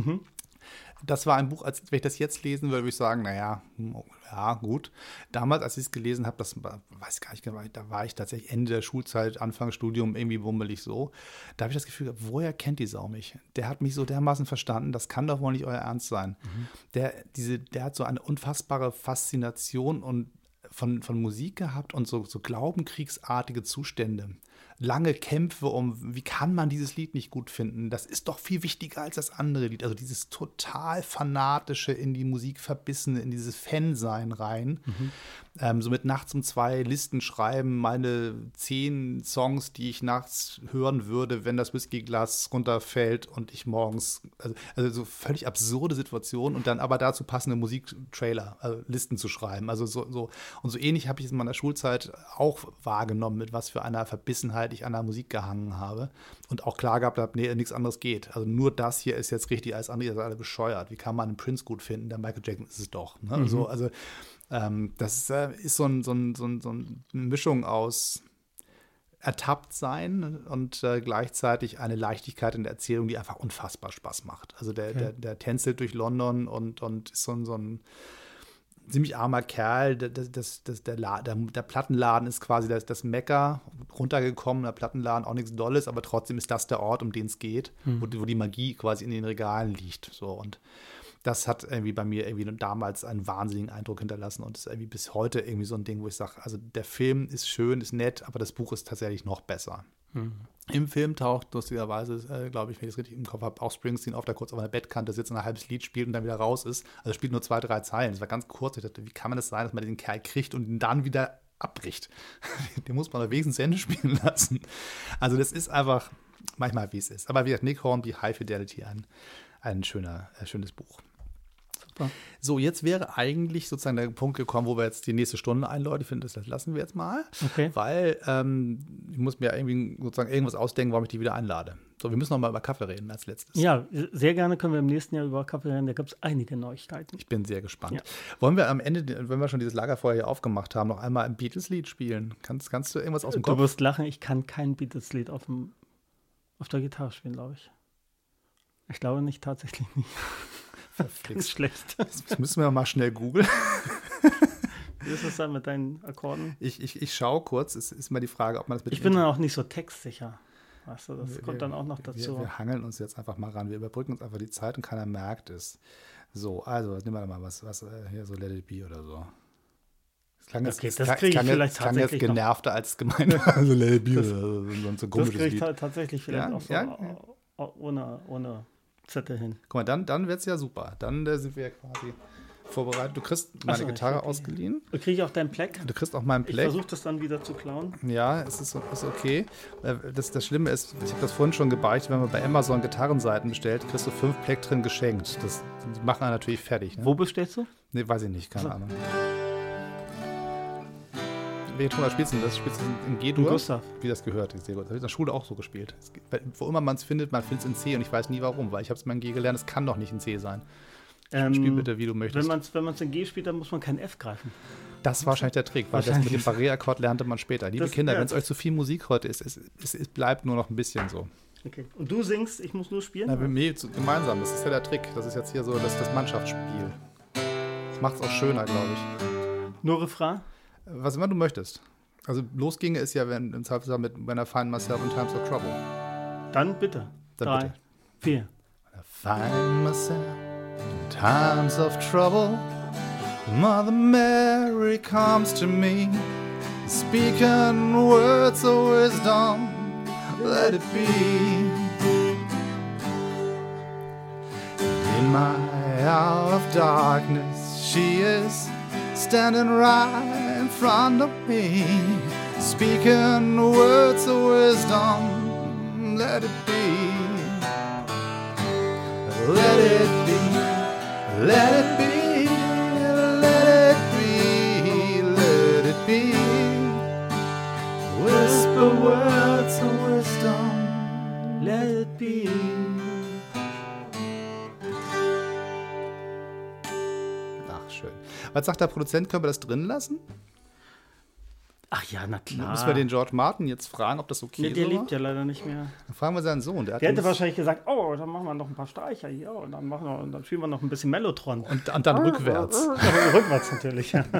Das war ein Buch, wenn ich das jetzt lesen würde ich sagen, naja, ja, gut. Damals, als ich es gelesen habe, das weiß ich gar nicht genau, da war ich tatsächlich Ende der Schulzeit, Anfang Studium, irgendwie bummelig so. Da habe ich das Gefühl gehabt, woher kennt die Sau mich? Der hat mich so dermaßen verstanden, das kann doch wohl nicht euer Ernst sein. Der hat so eine unfassbare Faszination und von Musik gehabt und so glaubenkriegsartige Zustände. Lange Kämpfe wie kann man dieses Lied nicht gut finden? Das ist doch viel wichtiger als das andere Lied. Also dieses total fanatische, in die Musik verbissene, in dieses Fansein rein. So mit nachts um 2 Listen schreiben, meine 10 Songs, die ich nachts hören würde, wenn das Whiskyglas runterfällt und ich morgens, also so völlig absurde Situationen und dann aber dazu passende Musiktrailer, also Listen zu schreiben. Also so ähnlich habe ich es in meiner Schulzeit auch wahrgenommen, mit was für einer Verbissenheit ich an der Musik gehangen habe und auch klar gehabt habe, nee, nichts anderes geht. Also nur das hier ist jetzt richtig, alles andere ist alle bescheuert. Wie kann man einen Prince gut finden? Der Michael Jackson ist es doch. Ne? Das ist so eine Mischung aus ertappt sein und gleichzeitig eine Leichtigkeit in der Erzählung, die einfach unfassbar Spaß macht. Also der tänzelt durch London und ist so ein ziemlich armer Kerl. Der Plattenladen ist quasi das Mekka, runtergekommen, der Plattenladen auch nichts Dolles, aber trotzdem ist das der Ort, um den es geht, wo die Magie quasi in den Regalen liegt. So, und das hat irgendwie bei mir irgendwie damals einen wahnsinnigen Eindruck hinterlassen und ist irgendwie bis heute irgendwie so ein Ding, wo ich sage, also der Film ist schön, ist nett, aber das Buch ist tatsächlich noch besser. Im Film taucht lustigerweise, glaube ich, wenn ich das richtig im Kopf habe, auch Springsteen auf, der kurz auf einer Bettkante sitzt und ein halbes Lied spielt und dann wieder raus ist. Also spielt nur 2, 3 Zeilen. Das war ganz kurz. Ich dachte, wie kann man das sein, dass man den Kerl kriegt und ihn dann wieder abbricht? Den muss man doch wenigstens zu Ende spielen lassen. Also das ist einfach manchmal, wie es ist. Aber wie gesagt, Nick Hornby, High Fidelity, ein schönes Buch. Super. So, jetzt wäre eigentlich sozusagen der Punkt gekommen, wo wir jetzt die nächste Stunde einläuten. Ich finde, das lassen wir jetzt mal. Okay. Weil ich muss mir irgendwie sozusagen irgendwas ausdenken, warum ich die wieder einlade. So, wir müssen noch mal über Kaffee reden als letztes. Ja, sehr gerne können wir im nächsten Jahr über Kaffee reden. Da gibt es einige Neuigkeiten. Ich bin sehr gespannt. Ja. Wollen wir am Ende, wenn wir schon dieses Lagerfeuer hier aufgemacht haben, noch einmal ein Beatles-Lied spielen? Kannst du irgendwas aus dem Kopf? Du wirst lachen, ich kann kein Beatles-Lied auf der Gitarre spielen, glaube ich. Ich glaube nicht, tatsächlich nicht. Ganz schlecht. Das müssen wir mal schnell googeln. Wie ist das dann mit deinen Akkorden? Ich schaue kurz. Es ist mal die Frage, ob man das mit Ich bin dann auch nicht so textsicher. Weißt du, das kommt dann auch noch dazu. Wir hangeln uns jetzt einfach mal ran. Wir überbrücken uns einfach die Zeit und keiner merkt es. So, also nehmen wir mal was hier so Let It Be oder so. Das klang jetzt, okay, das kriege ich vielleicht tatsächlich jetzt genervter als gemeint. Also Let It Be oder so ein komisches Das kriege ich Lied. tatsächlich vielleicht auch so ohne Zettel hin. Guck mal, dann wird es ja super. Dann sind wir ja quasi vorbereitet. Du kriegst meine Gitarre ausgeliehen. Kriege ich auch deinen Pleck? Du kriegst auch meinen Pleck. Ich versuche das dann wieder zu klauen. Ja, es ist okay. Das Schlimme ist, ich habe das vorhin schon gebeichtet, wenn man bei Amazon Gitarrenseiten bestellt, kriegst du 5 Pleck drin geschenkt. Die machen einen natürlich fertig. Ne? Wo bestellst du? Nee, weiß ich nicht, keine Ahnung. Welche Tonart spielst du denn das? Spielst du in G-Dur? Gustav. Wie das gehört, ist sehr gut. Das habe ich in der Schule auch so gespielt. Wo immer man es findet, man findet es in C und ich weiß nie warum, weil ich habe es mal in G gelernt, es kann doch nicht in C sein. Spiel bitte, wie du möchtest. Wenn man es in G spielt, dann muss man kein F greifen. Das war wahrscheinlich der Trick, weil das mit dem Barré-Akkord lernte man später. Liebe Kinder, wenn es euch zu viel Musik heute ist, es bleibt nur noch ein bisschen so. Okay. Und du singst, ich muss nur spielen? Na, gemeinsam, das ist ja der Trick. Das ist jetzt hier so das Mannschaftsspiel. Das macht es auch schöner, glaube ich. Nur Refrain? Was immer du möchtest. Also los ginge es ja, wenn im Zweifelsfall mit When I Find Myself in Times of Trouble. Dann bitte. Dann 3, 4. When I find myself in times of trouble, Mother Mary comes to me, speaking words of wisdom, let it be. In my hour of darkness, she is standing right in front of me, speaking words of wisdom, let it be. Let it be, let it be, let it be, let it be. Whisper words of wisdom, let it be. Ach, schön. Was sagt der Produzent, können wir das drin lassen? Ach ja, na klar. Müssen wir den George Martin jetzt fragen, ob das okay ist? Der lebt ja leider nicht mehr. Dann fragen wir seinen Sohn. Der hätte wahrscheinlich gesagt, oh, dann machen wir noch ein paar Streicher hier und dann spielen wir noch ein bisschen Mellotron. Und dann rückwärts. Rückwärts natürlich, ja.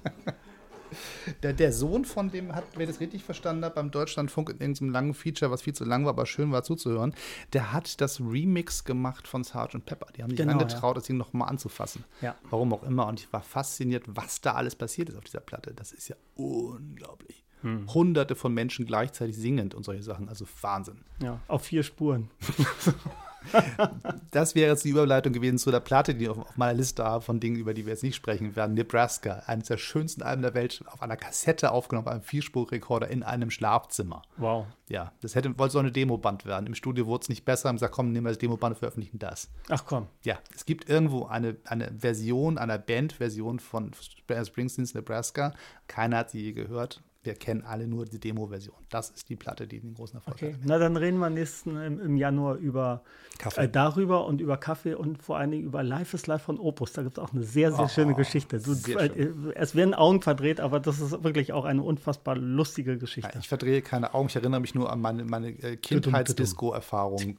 Der Sohn von dem hat, wenn ich das richtig verstanden habe, beim Deutschlandfunk in irgendeinem langen Feature, was viel zu lang war, aber schön war zuzuhören, der hat das Remix gemacht von Sgt. Pepper. Die haben sich angetraut, das Ding nochmal anzufassen. Ja. Warum auch immer. Und ich war fasziniert, was da alles passiert ist auf dieser Platte. Das ist ja unglaublich. Hunderte von Menschen gleichzeitig singend und solche Sachen. Also Wahnsinn. Ja, auf 4 Spuren. Das wäre jetzt die Überleitung gewesen zu der Platte, die auf meiner Liste habe von Dingen, über die wir jetzt nicht sprechen werden. Nebraska, eines der schönsten Alben der Welt, auf einer Kassette aufgenommen, auf einem 4-Spur-Rekorder in einem Schlafzimmer. Wow. Ja, wollte so eine Demoband werden. Im Studio wurde es nicht besser. Haben gesagt, komm, nehmen wir das Demoband und veröffentlichen das. Ach komm. Ja, es gibt irgendwo eine Version, eine Bandversion von Springsteens Nebraska. Keiner hat sie je gehört. Wir kennen alle nur die Demo-Version. Das ist die Platte, die den großen Erfolg hat. Na, dann reden wir im Januar über darüber und über Kaffee und vor allen Dingen über Life is Life von Opus. Da gibt es auch eine sehr, sehr schöne Geschichte. Es werden Augen verdreht, aber das ist wirklich auch eine unfassbar lustige Geschichte. Ja, ich verdrehe keine Augen. Ich erinnere mich nur an meine Kindheitsdisco-Erfahrungen.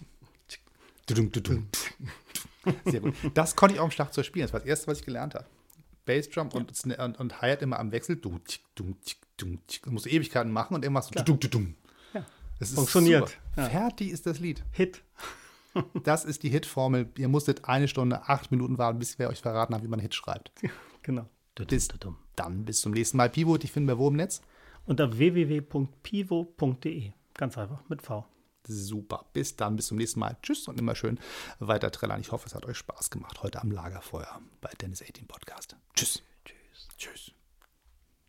Sehr gut. Das konnte ich auch im Schlagzeug spielen. Das war das Erste, was ich gelernt habe. Bassdrum und Hi-Hat immer am Wechsel. Du musst Ewigkeiten machen und irgendwas. Ja. Das funktioniert. Ja. Fertig ist das Lied. Hit. Das ist die Hit-Formel. Ihr musstet 1 Stunde, 8 Minuten warten, bis wir euch verraten haben, wie man Hit schreibt. Genau. Bis zum nächsten Mal. Pivot, ich finde wir wo im Netz? Unter www.pivo.de. Ganz einfach, mit V. Super. Bis dann, bis zum nächsten Mal. Tschüss und immer schön weiter trällern. Ich hoffe, es hat euch Spaß gemacht heute am Lagerfeuer bei Dennis 18 Podcast. Tschüss. Tschüss. Tschüss.